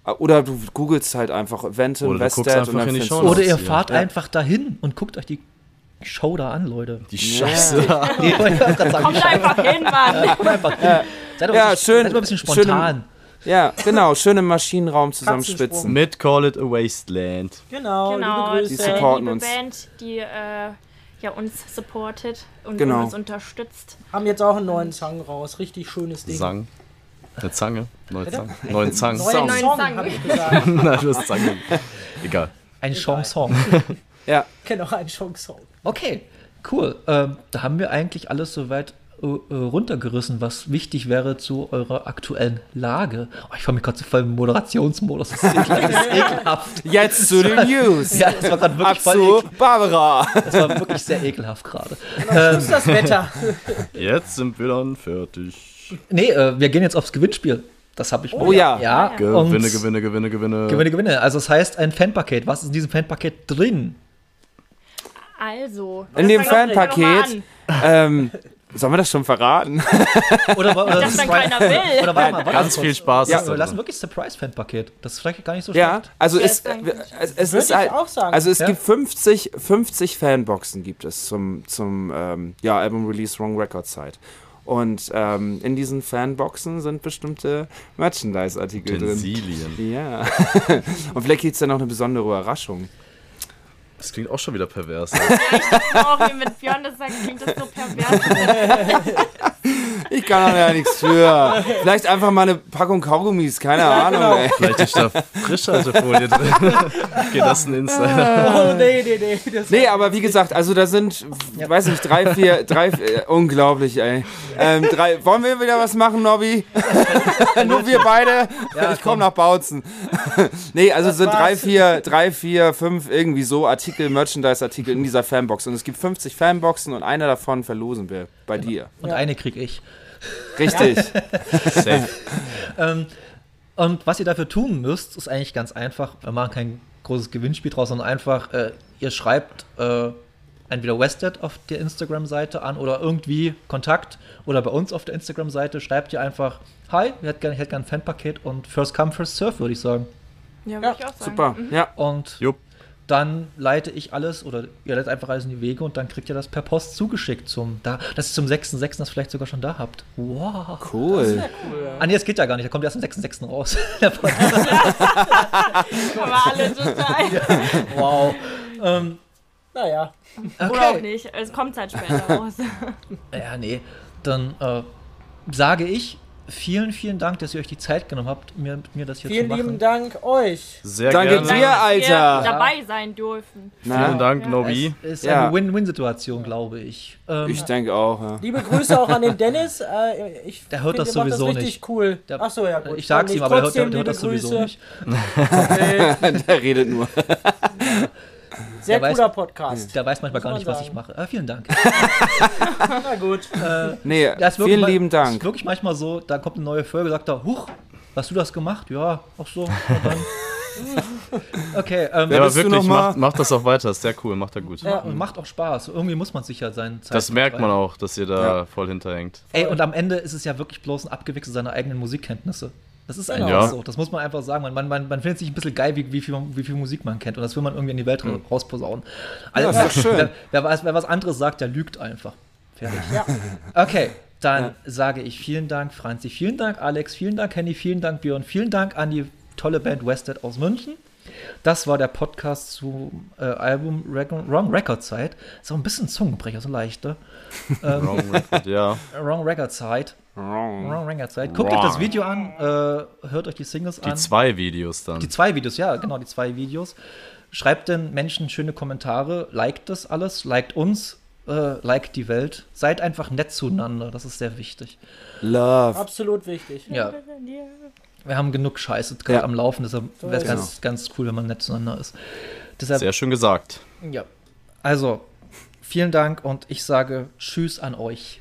Oder du googelst halt einfach Eventim,
Oder du guckst
Westet
einfach
und dann
in die
findest
Show
du
Oder
es.
ihr
Ja.
fahrt
Ja.
einfach dahin und guckt euch die Show da an, Leute.
Die Scheiße.
Nee, ich wollte gerade sagen,
Kommt einfach hin, Mann.
kommt einfach hin. Seid doch
Ja,
ein bisschen,
schön-
seid mal ein bisschen
schön im-
spontan.
Ja, genau, schön im Maschinenraum zusammenspitzen.
Mit Call It a Wasteland.
Genau,
Genau,
liebe
das
Die
ist
Grüße.
eine
supporten
liebe
uns.
Band, die äh, ja, uns supportet und,
Genau.
und uns unterstützt.
Haben jetzt auch einen neuen Song raus. Richtig schönes Ding.
Sang. Eine Zange. Neue
Bitte?
Zange. Neuen Zang.
Neuen
Song.
Song,
Song.
habe ich gesagt.
Nein, du hast Zange. Egal.
Ein Chance-Song.
Ja,
Genau, ein Song-Song.
Okay, cool. Ähm, da haben wir eigentlich alles soweit äh, äh, runtergerissen, was wichtig wäre zu eurer aktuellen Lage. Oh, ich fand mich gerade so voll im Moderationsmodus. Das ist, ekl das ist ekelhaft.
jetzt zu den News.
Ja, das war gerade
Ab
wirklich voll
zu
ekel
Barbara.
Das war wirklich sehr ekelhaft gerade.
Das ist das Wetter.
Jetzt sind wir dann fertig.
Nee, äh, wir gehen jetzt aufs Gewinnspiel. Das habe ich
Oh ja.
Ja,
Gewinne,
und
Gewinne, Gewinne, Gewinne.
Gewinne, Gewinne. Also das heißt ein Fanpaket. Was ist in diesem Fanpaket drin?
Also.
In dem
fang doch- fang doch mal
Fanpaket. Ähm, sollen wir das schon verraten?
Oder, oder,
Das dann keiner will.
oder warte mal, warte
Ganz
mal
viel
kurz.
Spaß.
Ja,
ist da
wir lassen
drin.
wirklich Surprise-Fanpaket. Das ist vielleicht gar nicht so
Ja,
schlecht.
also
Ja,
es,
das kann ich
es, es
Würde
ist
ich
halt,
auch sagen.
also es
Ja.
gibt fünfzig, fünfzig Fanboxen gibt es zum, zum ähm, ja, Album-Release Wrong Record Site. Und ähm, in diesen Fanboxen sind bestimmte Merchandise-Artikel drin.
Utensilien.
Ja. Und vielleicht gibt es ja noch eine besondere Überraschung.
Das klingt auch schon wieder pervers.
Auch wie mit Björn das sagt, klingt das so pervers.
Ich kann da ja nichts für. Vielleicht einfach mal eine Packung Kaugummis, keine Ahnung, ey.
Vielleicht ist da Frischhaltefolie drin. Geht das ein Insider?
Oh, nee, nee, nee. Das
Nee, aber wie gesagt, also da sind, weiß nicht, drei, vier, drei, äh, unglaublich, ey. Ähm, drei, wollen wir wieder was machen, Nobby? Nur wir beide? Ich komme nach Bautzen. Nee, also es sind drei,
war's.
vier, drei, vier, fünf irgendwie so Artikel, Merchandise-Artikel in dieser Fanbox. Und es gibt fünfzig Fanboxen und eine davon verlosen wir bei dir.
Und eine krieg ich.
Richtig.
Safe.
Ähm, und was ihr dafür tun müsst, ist eigentlich ganz einfach. Wir machen kein großes Gewinnspiel draus, sondern einfach, äh, ihr schreibt äh, entweder Wested auf der Instagram-Seite an oder irgendwie Kontakt oder bei uns auf der Instagram-Seite schreibt ihr einfach, hi, ich hätte gerne hätt gern ein Fanpaket und First Come, First Serve, würde ich sagen.
Ja, würde ich auch sagen.
Super. Ja.
Und
Jupp.
dann leite ich alles oder ihr leitet einfach alles in die Wege und dann kriegt ihr das per Post zugeschickt zum, da, dass ihr zum sechsten sechsten das vielleicht sogar schon da habt. Wow.
Cool.
Ah, nee, das geht ja gar nicht, der kommt erst am sechsten sechsten raus. Der Podcast.
Aber alle total.
Wow. ähm,
Naja.
Oder auch
okay.
nicht. Es kommt halt später raus.
Ja, nee. Dann äh, sage ich vielen, vielen Dank, dass ihr euch die Zeit genommen habt, mir, mir das hier
Vielen
zu machen.
lieben Dank euch.
Sehr
Danke
gerne.
dir,
Dass wir
Alter.
dabei sein dürfen.
Na,
Vielen Dank,
Ja.
Nobby.
Es ist
Ja.
eine Win-Win-Situation, glaube ich. Ähm,
ich denke auch, ja.
Liebe Grüße auch an den Dennis. Äh, ich
Der hört
find,
das
ihr macht
sowieso
das richtig
nicht.
cool.
Der-
Achso, ja gut.
ich sag's
Dann
ihm, aber der hört, der,
trotzdem
der hört das
liebe
sowieso
Grüße.
nicht.
Okay.
Der redet nur.
Sehr
Der weiß-
cooler Podcast.
Der weiß manchmal
Muss
gar
man
nicht, was
sagen.
ich mache. Ah, vielen Dank.
Na gut.
Nee,
Das ist wirklich
vielen
mal-
lieben
Ist
Dank.
wirklich manchmal so, da kommt eine neue Folge, sagt er, huch, hast du das gemacht? Ja, ach so. Na dann. Okay, ähm,
Ja, aber
bist du
wirklich,
noch mal?
macht, macht das auch weiter. Ist sehr cool, macht er gut.
Ja.
und macht auch Spaß. Irgendwie muss man sich ja seinen Zeit
Das merkt man
vertreiben.
auch, dass ihr da voll hinterhängt.
Ey, und am Ende ist es ja wirklich bloß ein Abgewichse seiner eigenen Musikkenntnisse. Das ist einfach
Ja.
so. Das muss man einfach sagen. Man, man, man, man findet sich ein bisschen geil, wie, wie, viel, wie viel Musik man kennt. Und das will man irgendwie in die Welt
Mhm.
rausposaunen.
Ja, ist doch schön.
Wer, wer, was, wer was anderes sagt, der lügt einfach. Fertig. Okay, dann sage ich vielen Dank, Franzi. Vielen Dank, Alex. Vielen Dank, Henny. Vielen Dank, Björn. Vielen Dank an die tolle Band Wested aus München. Das war der Podcast zu äh, Album Rec- Wrong Record Site. Ist auch ein bisschen Zungenbrecher, so leichter. Ähm,
Wrong record, ja.
Wrong Record Site.
Wrong.
Wrong Record Site. Guckt euch das Video an, äh, hört euch die Singles
Die
an.
zwei Videos dann.
Die zwei Videos, ja, genau, die zwei Videos. Schreibt den Menschen schöne Kommentare, liked das alles, liked uns, äh, liked die Welt. Seid einfach nett zueinander, das ist sehr wichtig.
Love.
Absolut wichtig.
Ja. Wir haben genug Scheiße gerade
Ja.
am Laufen, deshalb wäre es
Genau.
ganz, ganz cool, wenn man nett zueinander ist. Deshalb,
Sehr schön gesagt.
ja. Also, vielen Dank und ich sage Tschüss an euch.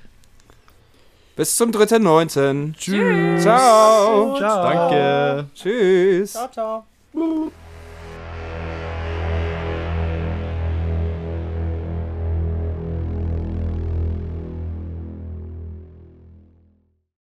Bis zum dritten neunten Tschüss. Ciao.
Ciao.
Danke.
Tschüss.
Ciao, ciao.